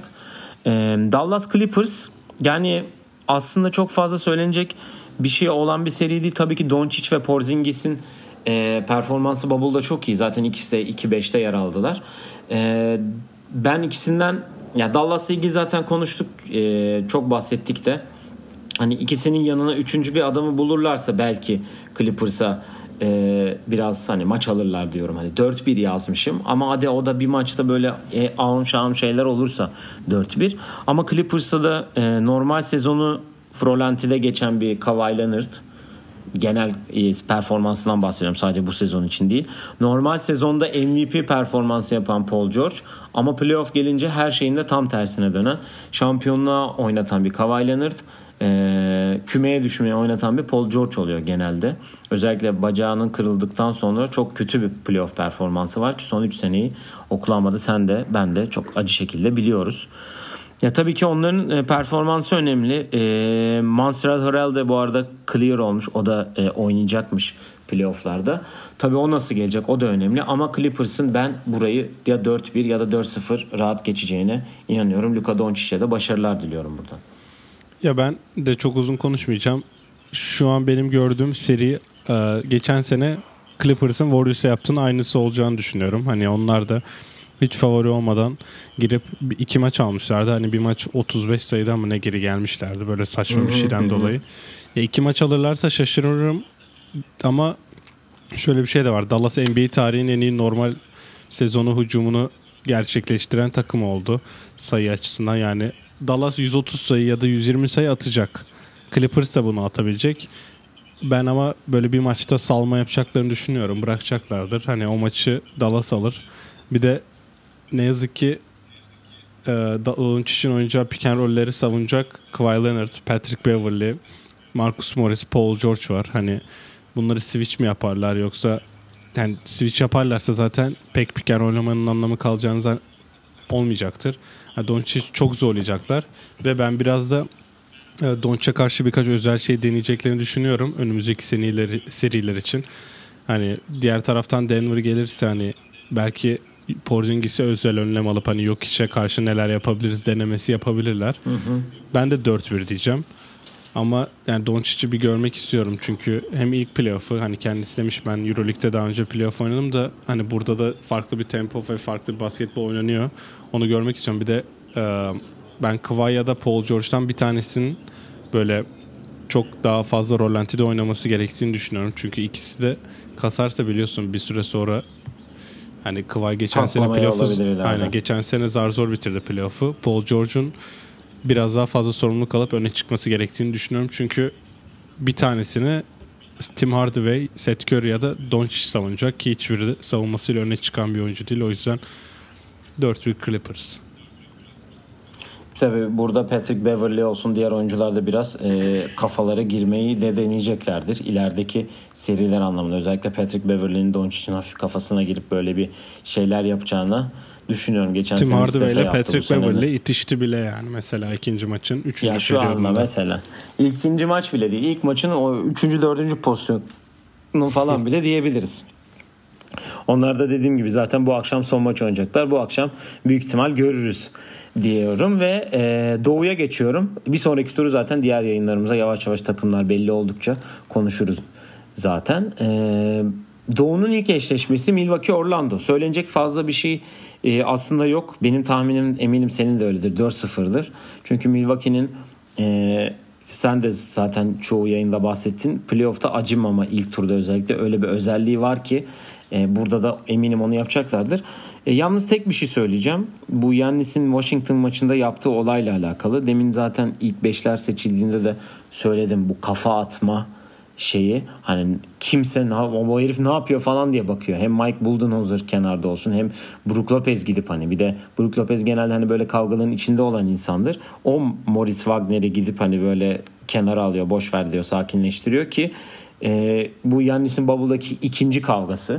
Dallas Clippers yani aslında çok fazla söylenecek bir şey olan bir seri değil. Tabii ki Doncic ve Porzingis'in e, performansı Bubble'da çok iyi. Zaten ikisi de iki beşte yer aldılar. E, ben ikisinden ya Dallas'la ilgili zaten konuştuk. E, çok bahsettik de. Hani ikisinin yanına üçüncü bir adamı bulurlarsa belki Clippers'a e, biraz hani maç alırlar diyorum. Hani dört bir yazmışım ama hadi o da bir maçta böyle e, ağım şağım şeyler olursa dört bir. Ama Clippers'ta da e, normal sezonu Frolanti'de geçen bir Kawhi Leonard, genel e, performansından bahsediyorum sadece bu sezon için değil. Normal sezonda M V P performansı yapan Paul George ama playoff gelince her şeyinde tam tersine dönen, şampiyonluğa oynatan bir Kawhi Leonard. e, kümeye düşmeye oynatan bir Paul George oluyor genelde. Özellikle bacağının kırıldıktan sonra çok kötü bir playoff performansı var ki son üç seneyi Oklahoma'da sen de ben de çok acı şekilde biliyoruz. Ya tabii ki onların performansı önemli. E, Montserrat Harrell de bu arada clear olmuş. O da e, oynayacakmış playoff'larda. Tabii o nasıl gelecek o da önemli. Ama Clippers'ın ben burayı ya dört bir ya da dört sıfır rahat geçeceğine inanıyorum. Luka Doncic'e de başarılar diliyorum buradan. Ya ben de çok uzun konuşmayacağım. Şu an benim gördüğüm seri e, geçen sene Clippers'ın Warriors'a yaptığının aynısı olacağını düşünüyorum. Hani onlar da hiç favori olmadan girip iki maç almışlardı. Hani bir maç otuz beş sayıdan mı ne geri gelmişlerdi böyle saçma bir şeyden dolayı. Ya iki maç alırlarsa şaşırırım ama şöyle bir şey de var. Dallas N B A tarihinin en iyi normal sezonu hücumunu gerçekleştiren takım oldu sayı açısından. Yani Dallas yüz otuz sayı ya da yüz yirmi sayı atacak. Clippers da bunu atabilecek. Ben ama böyle bir maçta salma yapacaklarını düşünüyorum. Bırakacaklardır. Hani o maçı Dallas alır. Bir de ne yazık ki e, Doncic'in oynayacağı pick and roll'leri savunacak Kawhi Leonard, Patrick Beverley, Marcus Morris, Paul George var. Hani bunları switch mi yaparlar yoksa yani switch yaparlarsa zaten pek pick and roll oynamanın anlamı kalacağını olmayacaktır. Yani Doncic'i çok zorlayacaklar ve ben biraz da e, Doncic'e karşı birkaç özel şey deneyeceklerini düşünüyorum önümüzdeki seriler, seriler için. Hani diğer taraftan Denver gelirse hani belki Porzingis'e özel önlem alıp hani yok işe karşı neler yapabiliriz denemesi yapabilirler. Hı hı. Ben de dört bir diyeceğim. Ama yani Doncic'i bir görmek istiyorum çünkü hem ilk playoff'u hani kendisi demiş ben Euroleague'de daha önce playoff oynadım da hani burada da farklı bir tempo ve farklı bir basketbol oynanıyor. Onu görmek istiyorum. Bir de e, ben Kawhi ya da Paul George'dan bir tanesinin böyle çok daha fazla rolantide oynaması gerektiğini düşünüyorum. Çünkü ikisi de kasarsa biliyorsun bir süre sonra hani Kawhi geçen sene playoff'u aynen geçen sene zar zor bitirdi playoff'u. Paul George'un biraz daha fazla sorumluluk alıp öne çıkması gerektiğini düşünüyorum. Çünkü bir tanesini Tim Hardaway, Seth Curry ya da Doncic savunacak ki hiçbiri de savunmasıyla öne çıkan bir oyuncu değil. O yüzden dört bir Clippers. Tabii burada Patrick Beverley olsun diğer oyuncular da biraz e, kafalara girmeyi de deneyeceklerdir. İlerideki seriler anlamında özellikle Patrick Beverley'nin Doncic'in hafif kafasına girip böyle bir şeyler yapacağını düşünüyorum. Geçen Tim sene Hardaway ile yaptı, Patrick Beverley itişti bile yani mesela ikinci maçın üçüncü ya şu anda mesela ikinci maç bile değil. İlk maçın o üçüncü dördüncü pozisyonu falan bile diyebiliriz. Onlar da dediğim gibi zaten bu akşam son maç oynayacaklar. Bu akşam büyük ihtimal görürüz diyorum ve e, Doğu'ya geçiyorum. Bir sonraki turu zaten diğer yayınlarımıza yavaş yavaş takımlar belli oldukça konuşuruz zaten. E, Doğu'nun ilk eşleşmesi Milwaukee Orlando. Söylenecek fazla bir şey e, aslında yok. Benim tahminim eminim senin de öyledir. dört sıfırdır. Çünkü Milwaukee'nin e, sen de zaten çoğu yayında bahsettin. Playoff'ta acımama ilk turda özellikle öyle bir özelliği var ki e, burada da eminim onu yapacaklardır. E, yalnız tek bir şey söyleyeceğim. Bu Giannis'in Washington maçında yaptığı olayla alakalı. Demin zaten ilk beşler seçildiğinde de söyledim bu kafa atma şeyi. Hani kimse ne, o herif ne yapıyor falan diye bakıyor. Hem Mike Budenholzer kenarda olsun hem Brook Lopez gidip hani bir de Brook Lopez genelde hani böyle kavgaların içinde olan insandır. O Moritz Wagner'i gidip hani böyle kenara alıyor, boş ver diyor, sakinleştiriyor ki e, bu Giannis'in Bubble'daki ikinci kavgası.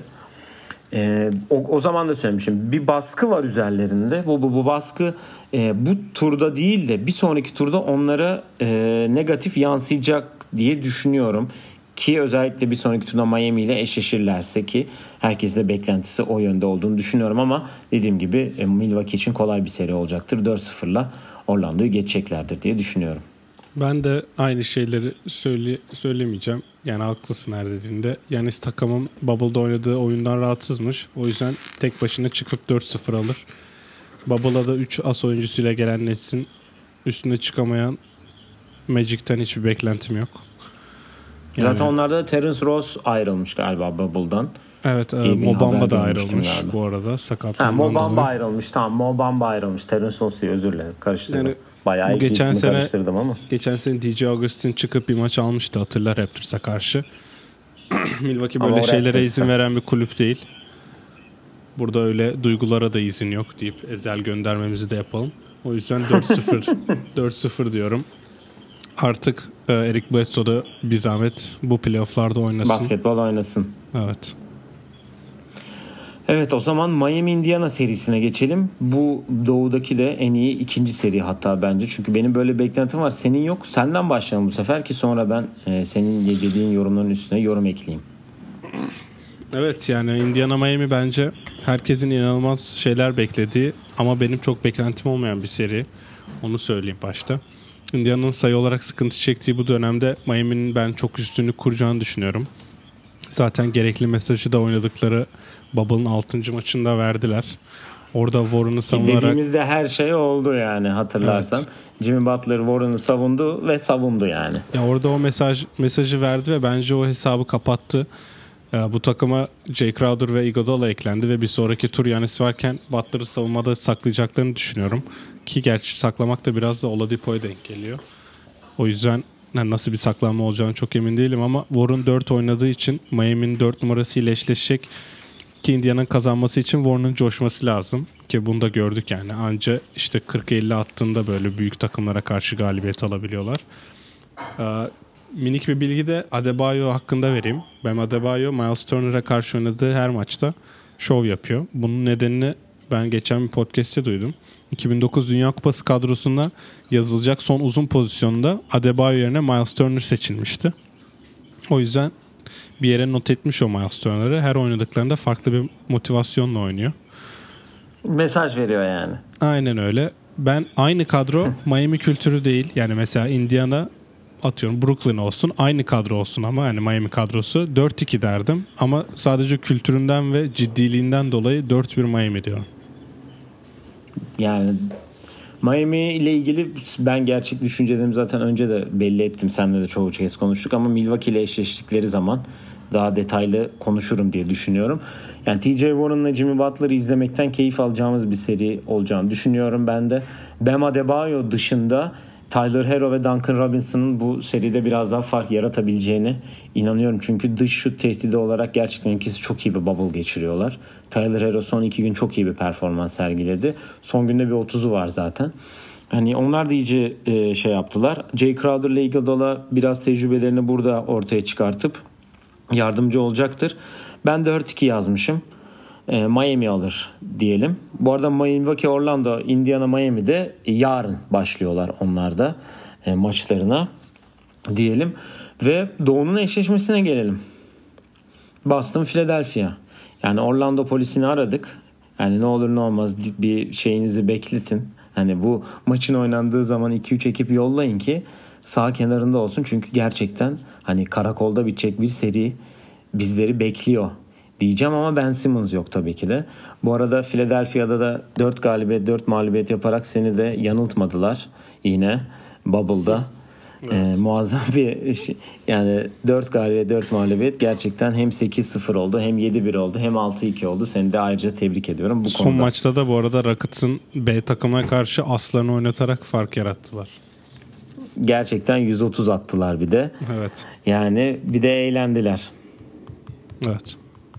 Ee, o, o zaman da söylemişim. Bir baskı var üzerlerinde. Bu bu, bu baskı e, bu turda değil de bir sonraki turda onlara e, negatif yansıyacak diye düşünüyorum. Ki özellikle bir sonraki turda Miami ile eşleşirlerse ki herkesin de beklentisi o yönde olduğunu düşünüyorum ama dediğim gibi e, Milwaukee için kolay bir seri olacaktır. dört sıfırla Orlando'yu geçeceklerdir diye düşünüyorum. Ben de aynı şeyleri söyle, söylemeyeceğim. Yani haklısın her dediğinde. Yanis takımım Bubble'da oynadığı oyundan rahatsızmış. O yüzden tek başına çıkıp dört sıfır alır. Bubble'a da üç as oyuncusuyla gelen Nets'in üstüne çıkamayan Magic'ten hiçbir beklentim yok. Yani, zaten onlarda da Terence Ross ayrılmış galiba Bubble'dan. Evet, e, Mo Bamba da ayrılmış galiba. Bu arada sakatlığından dolayı. Mo Bamba ayrılmış, tamam. Mo Bamba ayrılmış. Terence Ross diye özür dilerim. Karıştırdım. Yani, bayağı iki ismi sene, karıştırdım ama. Geçen sene D J Augustin çıkıp bir maç almıştı, hatırlar, Raptors'a karşı. Milwaukee böyle şeylere Raptors'ta izin veren bir kulüp değil. Burada öyle duygulara da izin yok deyip ezel göndermemizi de yapalım. O yüzden dört sıfır dört sıfır diyorum. Artık e, Eric Bledsoe da bir zahmet bu playoff'larda oynasın. Basketbol oynasın. Evet. Evet, o zaman Miami Indiana serisine geçelim. Bu doğudaki de en iyi ikinci seri hatta bence. Çünkü benim böyle bir beklentim var. Senin yok. Senden başlayalım bu sefer ki sonra ben e, senin dediğin yorumların üstüne yorum ekleyeyim. Evet, yani Indiana Miami bence herkesin inanılmaz şeyler beklediği ama benim çok beklentim olmayan bir seri. Onu söyleyeyim başta. Indiana'nın sayı olarak sıkıntı çektiği bu dönemde Miami'nin ben çok üstünlük kuracağını düşünüyorum. Zaten gerekli mesajı da oynadıkları Bubble'ın altıncı maçında verdiler. Orada Warren'ı savunarak... Dediğimizde her şey oldu yani, hatırlarsan. Evet. Jimmy Butler Warren'ı savundu ve savundu yani. Ya orada o mesaj mesajı verdi ve bence o hesabı kapattı. Ya bu takıma Jay Crowder ve Iguodala eklendi ve bir sonraki tur Giannis varken Butler'ı savunmada saklayacaklarını düşünüyorum. Ki gerçi saklamak da biraz da Oladipo'ya denk geliyor. O yüzden yani nasıl bir saklanma olacağını çok emin değilim ama Warren dört oynadığı için Miami'nin dört numarası ile eşleşecek ki Indiana'nın kazanması için Warren'ın coşması lazım. Ki bunu da gördük yani. Anca işte kırk elli attığında böyle büyük takımlara karşı galibiyet alabiliyorlar. Ee, minik bir bilgi de Adebayo hakkında vereyim. Ben Adebayo Miles Turner'a karşı oynadığı her maçta şov yapıyor. Bunun nedenini ben geçen bir podcast'te duydum. iki bin dokuz Dünya Kupası kadrosuna yazılacak son uzun pozisyonda Adebayo yerine Miles Turner seçilmişti. O yüzden bir yere not etmiş o Miles Turner'ı. Her oynadıklarında farklı bir motivasyonla oynuyor. Mesaj veriyor yani. Aynen öyle. Ben aynı kadro Miami kültürü değil. Yani mesela Indiana atıyorum Brooklyn olsun. Aynı kadro olsun ama yani Miami kadrosu dört iki derdim. Ama sadece kültüründen ve ciddiliğinden dolayı dört bir Miami diyorum. Yani Miami ile ilgili ben gerçek düşüncelerimi zaten önce de belli ettim. Seninle de çoğu kez konuştuk ama Milwaukee ile eşleştikleri zaman daha detaylı konuşurum diye düşünüyorum. Yani T J Warren'la Jimmy Butler'ı izlemekten keyif alacağımız bir seri olacağını düşünüyorum ben de. Bam Adebayo dışında Tyler Herro ve Duncan Robinson'ın bu seride biraz daha fark yaratabileceğine inanıyorum. Çünkü dış şut tehdidi olarak gerçekten ikisi çok iyi bir bubble geçiriyorlar. Tyler Herro son iki gün çok iyi bir performans sergiledi. Son günde bir otuzu var zaten. Hani onlar da iyice e, şey yaptılar. Jay Crowder ile Iguodala biraz tecrübelerini burada ortaya çıkartıp yardımcı olacaktır. Ben dört iki yazmışım. E, Miami alır diyelim. Bu arada Milwaukee, Orlando, Indiana, Miami'de yarın başlıyorlar onlar da e, maçlarına diyelim. Ve Doğu'nun eşleşmesine gelelim. Boston, Philadelphia. Yani Orlando polisini aradık. Yani ne olur ne olmaz bir şeyinizi bekletin. Hani bu maçın oynandığı zaman iki üç ekip yollayın ki sağ kenarında olsun. Çünkü gerçekten hani karakolda bitecek bir seri bizleri bekliyor diyeceğim ama Ben Simmons yok tabii ki de. Bu arada Philadelphia'da da dört galibiyet dört mağlubiyet yaparak seni de yanıltmadılar yine Bubble'da. Evet. Ee, muazzam bir şey. Yani dört galibiyet dört mağlubiyet gerçekten hem sekiz sıfır oldu hem yedi bir oldu hem altı iki oldu. Seni de ayrıca tebrik ediyorum bu Son konuda. Son maçta da bu arada Rockets'ın B takımına karşı aslanı oynatarak fark yarattılar. Gerçekten yüz otuz attılar bir de. Evet. Yani bir de eğlendiler. Evet.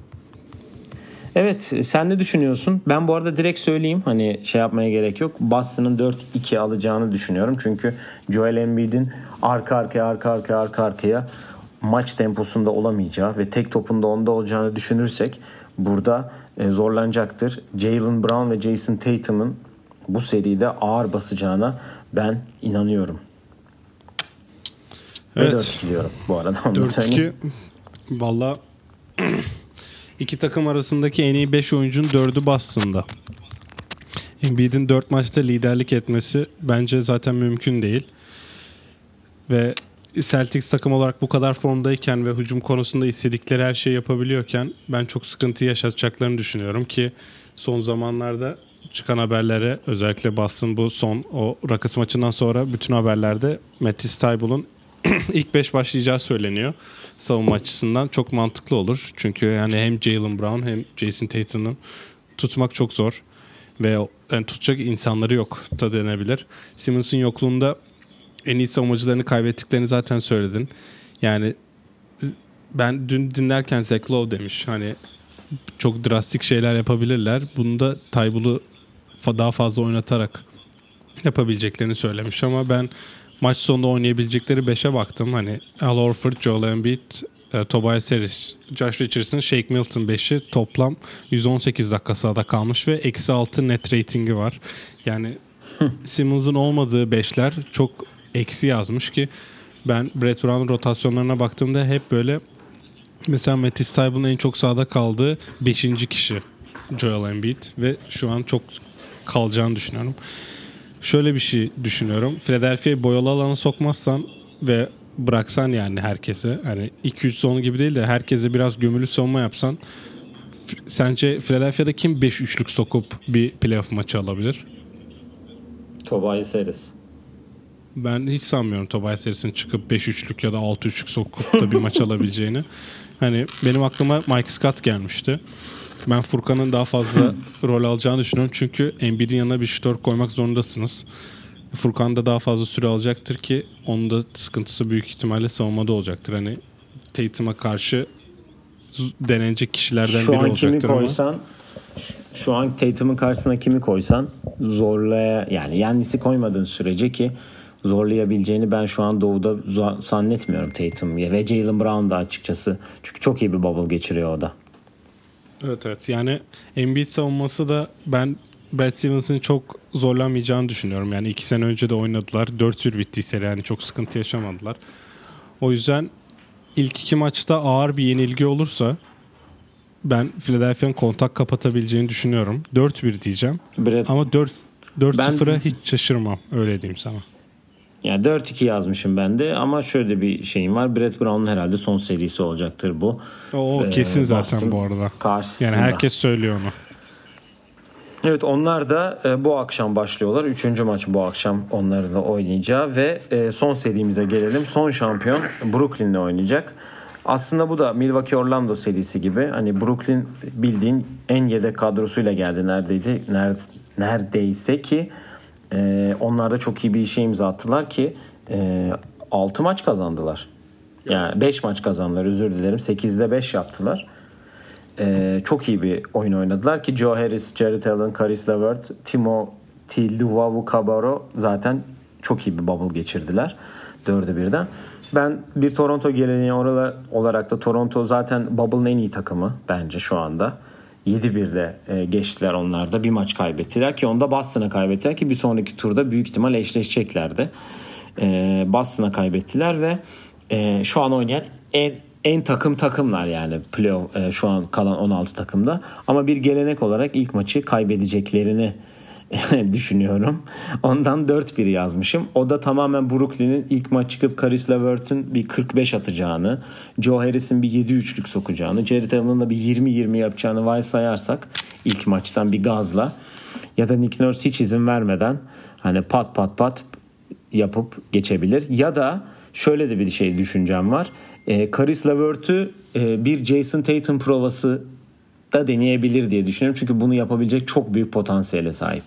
Evet, sen ne düşünüyorsun? Ben bu arada direkt söyleyeyim, hani şey yapmaya gerek yok. Boston'ın dört iki alacağını düşünüyorum. Çünkü Joel Embiid'in arka arkaya arka arkaya arka arkaya maç temposunda olamayacağı ve tek topunda onda olacağını düşünürsek burada zorlanacaktır. Jaylen Brown ve Jason Tatum'un bu seride ağır basacağına ben inanıyorum. Evet. Ve dört iki diyorum bu arada, onu da söyleyeyim. dört iki valla İki takım arasındaki en iyi beş oyuncunun dördü Boston'da. Embiid'in dört maçta liderlik etmesi bence zaten mümkün değil. Ve Celtics takım olarak bu kadar formdayken ve hücum konusunda istedikleri her şeyi yapabiliyorken ben çok sıkıntı yaşatacaklarını düşünüyorum ki son zamanlarda çıkan haberlere, özellikle Boston bu son o Rockets maçından sonra bütün haberlerde Matisse Thybulle'un ilk beş başlayacağı söyleniyor. Savunma açısından çok mantıklı olur. Çünkü yani hem Jaylen Brown hem Jason Tatum'u tutmak çok zor. Ve yani tutacak insanları yok da denebilir. Simmons'ın yokluğunda en iyi savunmacılarını kaybettiklerini zaten söyledin. Yani ben dün dinlerken Zach Lowe demiş. Hani çok drastik şeyler yapabilirler. Bunu da Tybulle'u daha fazla oynatarak yapabileceklerini söylemiş ama ben maç sonunda oynayabilecekleri beşe baktım. Hani Al Horford, Joel Embiid, e, Tobias Harris, Josh Richardson, Shake Milton beşi toplam yüz on sekiz dakika sahada kalmış ve eksi altı net ratingi var. Yani Simmons'ın olmadığı beşler çok eksi yazmış ki ben Brett Brown'un rotasyonlarına baktığımda hep böyle mesela Matisse Thybulle'ın en çok sahada kaldığı beşinci kişi Joel Embiid ve şu an çok kalacağını düşünüyorum. Şöyle bir şey düşünüyorum. Philadelphia'yı boyalı alana sokmazsan ve bıraksan yani herkese hani iki üç sonu gibi değil de herkese biraz gömülü savunma yapsan sence Philadelphia'da kim beş üçlük sokup bir playoff maçı alabilir? Tobias Harris. Ben hiç sanmıyorum Tobias Harris'in çıkıp beş üçlük ya da altı üçlük sokup da bir maç alabileceğini. Hani benim aklıma Mike Scott gelmişti. Ben Furkan'ın daha fazla rol alacağını düşünüyorum. Çünkü Embiid'in yanına bir şutör koymak zorundasınız. Furkan da daha fazla süre alacaktır ki onun da sıkıntısı büyük ihtimalle savunmada olacaktır. Hani Tatum'a karşı denenecek kişilerden şu biri an olacaktır kimi koysan, ama. Şu an Tatum'un karşısına kimi koysan zorlaya yani Yannis'i koymadığın sürece ki zorlayabileceğini ben şu an Doğu'da zannetmiyorum Tatum ve Jaylen Brown da açıkçası. Çünkü çok iyi bir bubble geçiriyor o da. Evet evet yani Embiid savunması da ben Brad Stevens'ın çok zorlanmayacağını düşünüyorum. Yani iki sene önce de oynadılar. dört bir bitti seri yani çok sıkıntı yaşamadılar. O yüzden ilk iki maçta ağır bir yenilgi olursa ben Philadelphia'nın kontak kapatabileceğini düşünüyorum. dört bir diyeceğim. Brad, ama dört sıfıra ben... hiç şaşırmam. Öyle diyeyim sana. Yani dört iki yazmışım ben de ama şöyle bir şeyim var. Brett Brown'un herhalde son serisi olacaktır bu. O ee, kesin zaten Boston bu arada. Karşısında. Yani herkes söylüyor onu. Evet onlar da e, bu akşam başlıyorlar. Üçüncü maç bu akşam onların da oynayacağı ve e, son serimize gelelim. Son şampiyon Brooklyn'le oynayacak. Aslında bu da Milwaukee Orlando serisi gibi. Hani Brooklyn bildiğin en yedek kadrosuyla geldi neredeydi? Nerede, neredeyse ki e, onlar da çok iyi bir işe imza attılar ki e, altı maç kazandılar. Yani beş maç kazandılar özür dilerim. sekizde beş yaptılar. E, çok iyi bir oyun oynadılar ki Joe Harris, Jarrett Allen, Caris LeVert, Timothy Luwawu-Cabarrot zaten çok iyi bir bubble geçirdiler. Dörde birden. Ben bir Toronto geleneği olarak da Toronto zaten bubble'ın en iyi takımı bence şu anda. yedi birle geçtiler onlar da. Bir maç kaybettiler ki onda Boston'a kaybettiler ki bir sonraki turda büyük ihtimal eşleşeceklerdi. Boston'a kaybettiler ve şu an oynayan en en takım takımlar yani playoff şu an kalan on altı takımda. Ama bir gelenek olarak ilk maçı kaybedeceklerini düşünüyorum. Ondan dört bir yazmışım. O da tamamen Brooklyn'in ilk maç çıkıp Caris LeVert'ün bir kırk beş atacağını, Joe Harris'in bir yedi üçlük sokacağını, Jarrett Allen'ın da bir yirmi yirmi yapacağını varsayarsak ilk maçtan bir gazla ya da Nick Nurse hiç izin vermeden hani pat pat pat yapıp geçebilir. Ya da şöyle de bir şey düşüncem var. E, Caris LeVert'ü e, bir Jason Tatum provası da deneyebilir diye düşünüyorum. Çünkü bunu yapabilecek çok büyük potansiyele sahip.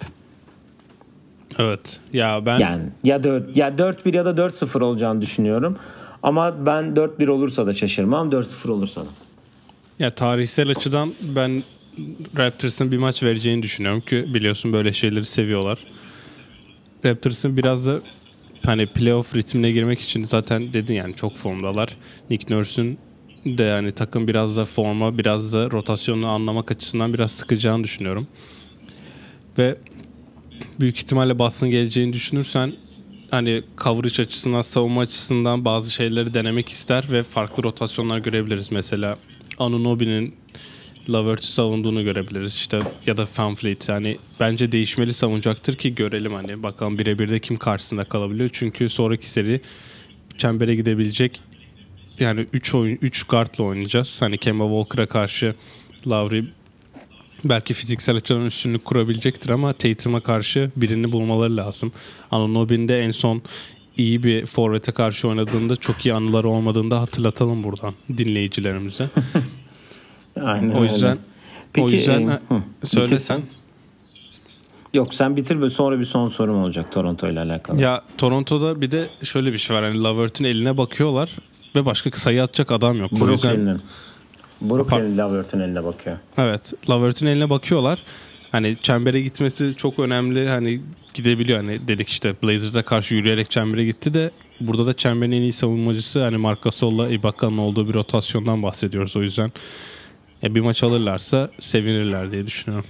Evet. Ya ben yani ya dört ya dört bir ya da dört sıfır olacağını düşünüyorum. Ama ben dört bir olursa da şaşırmam. dört sıfır olursa da. Ya tarihsel açıdan ben Raptors'ın bir maç vereceğini düşünüyorum ki biliyorsun böyle şeyleri seviyorlar. Raptors'ın biraz da hani playoff ritmine girmek için zaten dedin yani çok formdalar. Nick Nurse'ün de yani takım biraz da forma, biraz da rotasyonu anlamak açısından biraz sıkacağını düşünüyorum. Ve büyük ihtimalle Boston geleceğini düşünürsen hani coverage açısından, savunma açısından bazı şeyleri denemek ister ve farklı rotasyonlar görebiliriz. Mesela Anunoby'nin LeVert'ü savunduğunu görebiliriz. İşte ya da VanVleet yani bence değişmeli savunacaktır ki görelim hani bakalım birebir de kim karşısında kalabiliyor. Çünkü sonraki seri çembere gidebilecek yani üç oyun üç guard'la oynayacağız. Hani Kemba Walker'a karşı Lowry belki fiziksel açıdan üstünlük kurabilecektir ama Tatum'a karşı birini bulmaları lazım. Anunoby'nin de en son iyi bir forvete karşı oynadığında çok iyi anıları olmadığını da hatırlatalım buradan dinleyicilerimize. Aynen o yüzden öyle. Peki, o yüzden e, söylesen. Yok sen bitir ve sonra bir son sorum olacak Toronto ile alakalı. Ya Toronto'da bir de şöyle bir şey var. Hani LeVert'ün eline bakıyorlar ve başka sayı atacak adam yok. Brooklyn'in. Brooklyn LeVert'ün eline bakıyor. Evet. LeVert'ün eline bakıyorlar Hani çembere gitmesi çok önemli. Hani gidebiliyor. Hani dedik işte Blazers'a karşı yürüyerek çembere gitti de burada da çemberin en iyi savunmacısı hani Marc Gasol'la Ibaka'nın olduğu bir rotasyondan bahsediyoruz. O yüzden e, bir maç alırlarsa sevinirler diye düşünüyorum.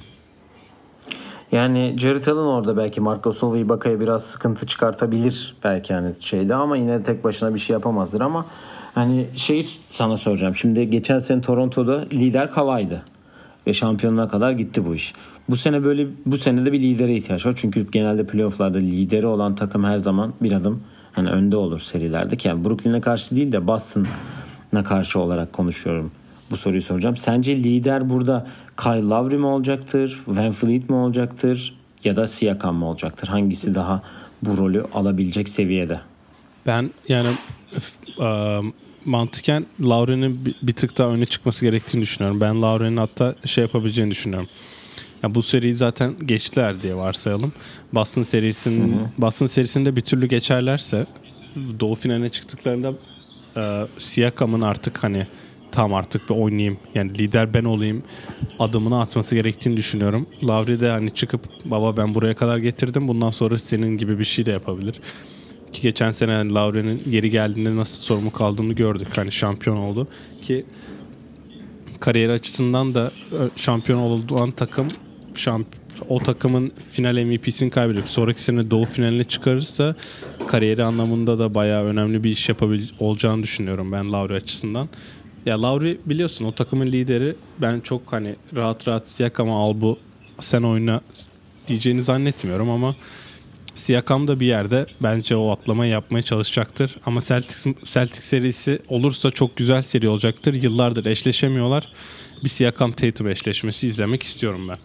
Yani Jared Allen orada belki Marc Gasol ve Ibaka'ya biraz sıkıntı çıkartabilir belki hani şeyde, ama yine tek başına bir şey yapamazdır. Ama hani şeyi sana soracağım. Şimdi geçen sene Toronto'da lider Kawhi'ydı ve şampiyonluğa kadar gitti bu iş. Bu sene böyle bu sene de bir lidere ihtiyaç var. Çünkü genelde playoff'larda lideri olan takım her zaman bir adım hani önde olur serilerde. Yani Brooklyn'e karşı değil de Boston'a karşı olarak konuşuyorum. Bu soruyu soracağım. Sence lider burada Kyle Lowry mi olacaktır, Van Fleet mi olacaktır ya da Siakam mı olacaktır? Hangisi daha bu rolü alabilecek seviyede? Ben yani e, mantıken Lowry'nin bir, bir tık daha öne çıkması gerektiğini düşünüyorum. Ben Lowry'nin hatta şey yapabileceğini düşünüyorum. Ya bu seriyi zaten geçtiler diye varsayalım. Boston serisinin hı hı. Boston serisinde bir türlü geçerlerse Doğu finaline çıktıklarında e, Siakam'ın artık hani tam artık bir oynayayım. Yani lider ben olayım adımını atması gerektiğini düşünüyorum. Lowry de hani çıkıp baba ben buraya kadar getirdim. Bundan sonra senin gibi bir şey de yapabilir. Ki geçen sene yani Lowry'nin geri geldiğinde nasıl sorumlu kaldığını gördük. Hani şampiyon oldu. Ki kariyer açısından da şampiyon olduğu takım şamp o takımın final M V P'sini kaybedip sonraki sene Doğu finaline çıkarırsa kariyeri anlamında da bayağı önemli bir iş yapabil olacağını düşünüyorum ben Lowry açısından. Ya Lowry biliyorsun o takımın lideri. Ben çok hani rahat rahat Siakam'a al bu sen oyna diyeceğini zannetmiyorum ama Siakam da bir yerde bence o atlamayı yapmaya çalışacaktır. Ama Celtics, Celtics serisi olursa çok güzel seri olacaktır. Yıllardır eşleşemiyorlar. Bir Siakam Tatum eşleşmesi izlemek istiyorum ben.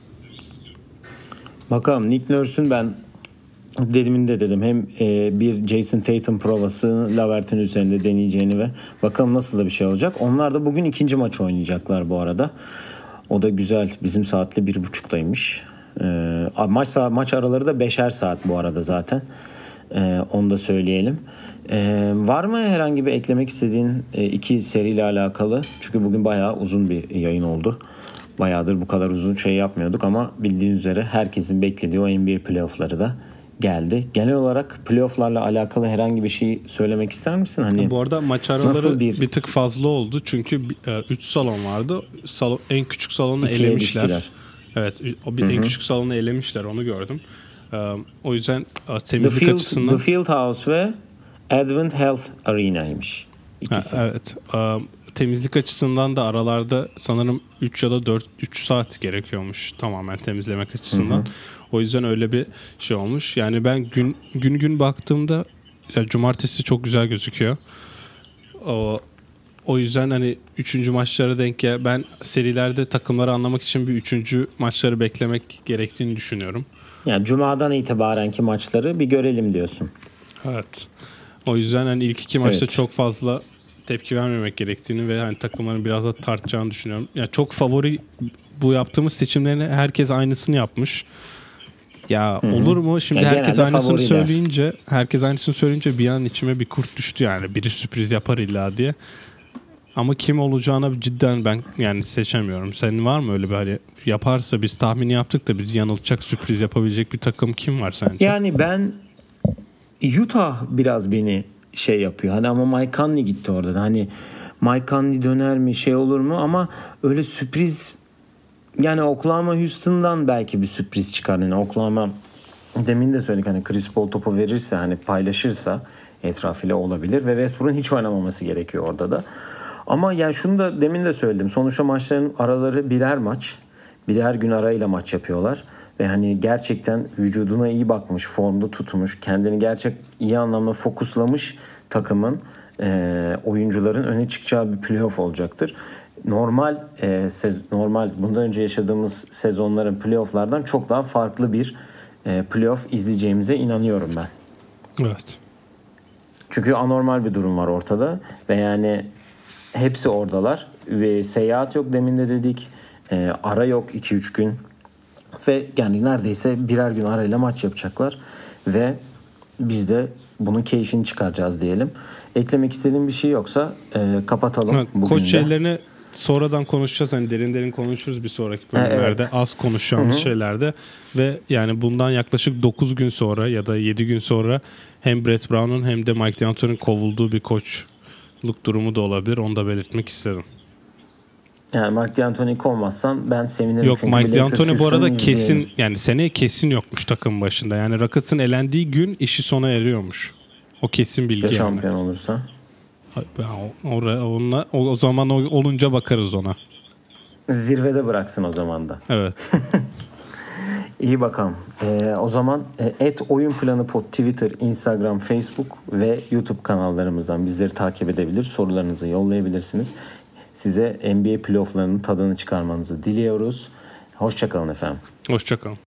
Bakalım Nick Nurse'un ben dediğimi de dedim. Hem e, bir Jason Tatum provasını Lavert'in üzerinde deneyeceğini ve bakalım nasıl da bir şey olacak. Onlar da bugün ikinci maç oynayacaklar bu arada. O da güzel. Bizim saatle bir buçuktaymış. E, maç maç araları da beşer saat bu arada zaten. E, onu da söyleyelim. E, var mı herhangi bir eklemek istediğin e, iki seriyle alakalı? Çünkü bugün bayağı uzun bir yayın oldu. Bayağıdır bu kadar uzun şey yapmıyorduk ama bildiğin üzere herkesin beklediği o N B A playoff'ları da geldi. Genel olarak playoff'larla alakalı herhangi bir şey söylemek ister misin? Hani bu arada maç araları bir... bir tık fazla oldu. Çünkü üç salon vardı. Salon, en küçük salonu İkiye elemişler. Düştüler. Evet, o bir Hı-hı. en küçük salonu elemişler. Onu gördüm. O yüzden temizlik The Field, açısından The Field House ve Advent Health Arena'ymış. İkisi. Ha, evet. Temizlik açısından da aralarda sanırım üç ya da dört üç saat gerekiyormuş tamamen temizlemek açısından. Hı hı. O yüzden öyle bir şey olmuş. Yani ben gün gün gün baktığımda ya cumartesi çok güzel gözüküyor. O o yüzden hani üçüncü maçlara denk gel. Ben serilerde takımları anlamak için bir üçüncü maçları beklemek gerektiğini düşünüyorum. Yani cumadan itibarenki maçları bir görelim diyorsun. Evet. O yüzden hani ilk iki maçta evet. çok fazla tepki vermemek gerektiğini ve hani takımların biraz da tartacağını düşünüyorum. Yani çok favori bu yaptığımız seçimlerini herkes aynısını yapmış. Ya Hı-hı. olur mu? Şimdi ya herkes aynısını favoriler. söyleyince, herkes aynısını söyleyince bir an içime bir kurt düştü yani. Biri sürpriz yapar illa diye. Ama kim olacağına cidden ben yani seçemiyorum. Senin var mı öyle bir hani yaparsa biz tahmini yaptık da bizi yanıltacak sürpriz yapabilecek bir takım kim var sence? Yani ben Utah biraz beni şey yapıyor. Hani ama Mike Conley gitti orada. Hani Mike Conley döner mi şey olur mu ama öyle sürpriz yani Oklahoma Houston'dan belki bir sürpriz çıkar. Yani Oklahoma demin de söyledik hani Chris Paul topu verirse hani paylaşırsa etrafıyla olabilir ve Westbrook'un hiç oynamaması gerekiyor orada da. Ama yani şunu da demin de söyledim. Sonuçta maçların araları birer maç. Birer gün arayla maç yapıyorlar. Ve hani gerçekten vücuduna iyi bakmış, formda tutmuş, kendini gerçek iyi anlamda fokuslamış takımın e, oyuncuların öne çıkacağı bir playoff olacaktır. Normal e, sez- normal bundan önce yaşadığımız sezonların playofflardan çok daha farklı bir e, playoff izleyeceğimize inanıyorum ben. Evet. Çünkü anormal bir durum var ortada ve yani hepsi oradalar ve seyahat yok demin de dedik. E, ara yok iki üç gün. Ve yani neredeyse birer gün arayla maç yapacaklar. Ve biz de bunun keyfini çıkaracağız diyelim. Eklemek istediğim bir şey yoksa e, kapatalım. Evet, koç şeylerini sonradan konuşacağız. Hani derin derin konuşuruz bir sonraki bölümlerde. Evet. Az konuşacağımız Hı-hı. şeylerde. Ve yani bundan yaklaşık dokuz gün sonra ya da yedi gün sonra hem Brett Brown'un hem de Mike D'Antoni'nin kovulduğu bir koçluk durumu da olabilir. Onu da belirtmek istedim. Yani Mike D'Antoni'yi kovmazsan ben sevinirim. Yok, Mike D'Antoni bu arada kesin, yani seneye kesin yokmuş takım başında. Yani Rockets'ın elendiği gün işi sona eriyormuş. O kesin bilgi. Ve şampiyon yani. olursa? Oraya, onunla, o, o zaman olunca bakarız ona. Zirvede bıraksın o zaman da. Evet. İyi bakalım. Ee, o zaman et oyun planı pod Twitter, Instagram, Facebook ve YouTube kanallarımızdan bizleri takip edebilir. Sorularınızı yollayabilirsiniz. Size N B A playofflarının tadını çıkarmanızı diliyoruz. Hoşça kalın efendim. Hoşça kalın.